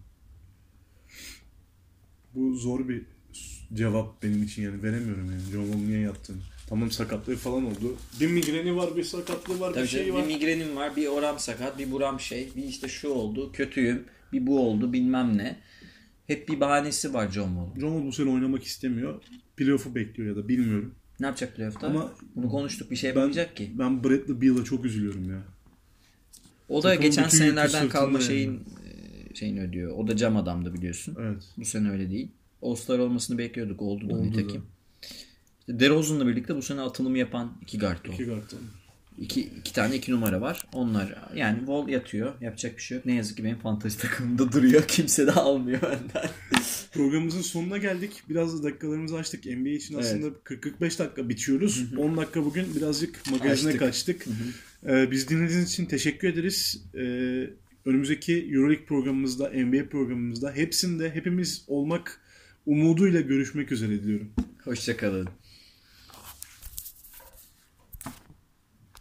Bu zor bir cevap benim için yani. Veremiyorum yani. John Wall niye yattığını. Tamam, sakatlığı falan oldu. Bir migreni var, bir sakatlığı var, tabii bir şey var. Bir migrenim var, bir oram sakat, bir buram bir işte şu oldu, kötüyüm, bir bu oldu, bilmem ne. Hep bir bahanesi var John Wall. John Wall bu sene oynamak istemiyor. Playoff'u bekliyor ya da bilmiyorum. Ne yapacak playoff'ta? Ama bunu konuştuk, bir şey yapamayacak ki. Ben Bradley Beal'a çok üzülüyorum ya. O da geçen senelerden kalma şeyini ödüyor. O da cam adamdı biliyorsun. Evet. Bu sene öyle değil. All-Star olmasını bekliyorduk. Oldu da nitekim. DeRozan'la birlikte bu sene atılımı yapan iki guard oldu. İki tane 2 numara var. Onlar yani Wall yatıyor. Yapacak bir şey yok. Ne yazık ki benim fantezi takımımda duruyor. Kimse de almıyor benden. Programımızın sonuna geldik. Biraz da dakikalarımızı açtık. NBA için aslında 40-45 dakika biçiyoruz. 10 dakika bugün birazcık magazine kaçtık. Biz dinlediğiniz için teşekkür ederiz. Önümüzdeki Euroleague programımızda, NBA programımızda hepsinde hepimiz olmak umuduyla görüşmek üzere diyorum. Hoşça kalın.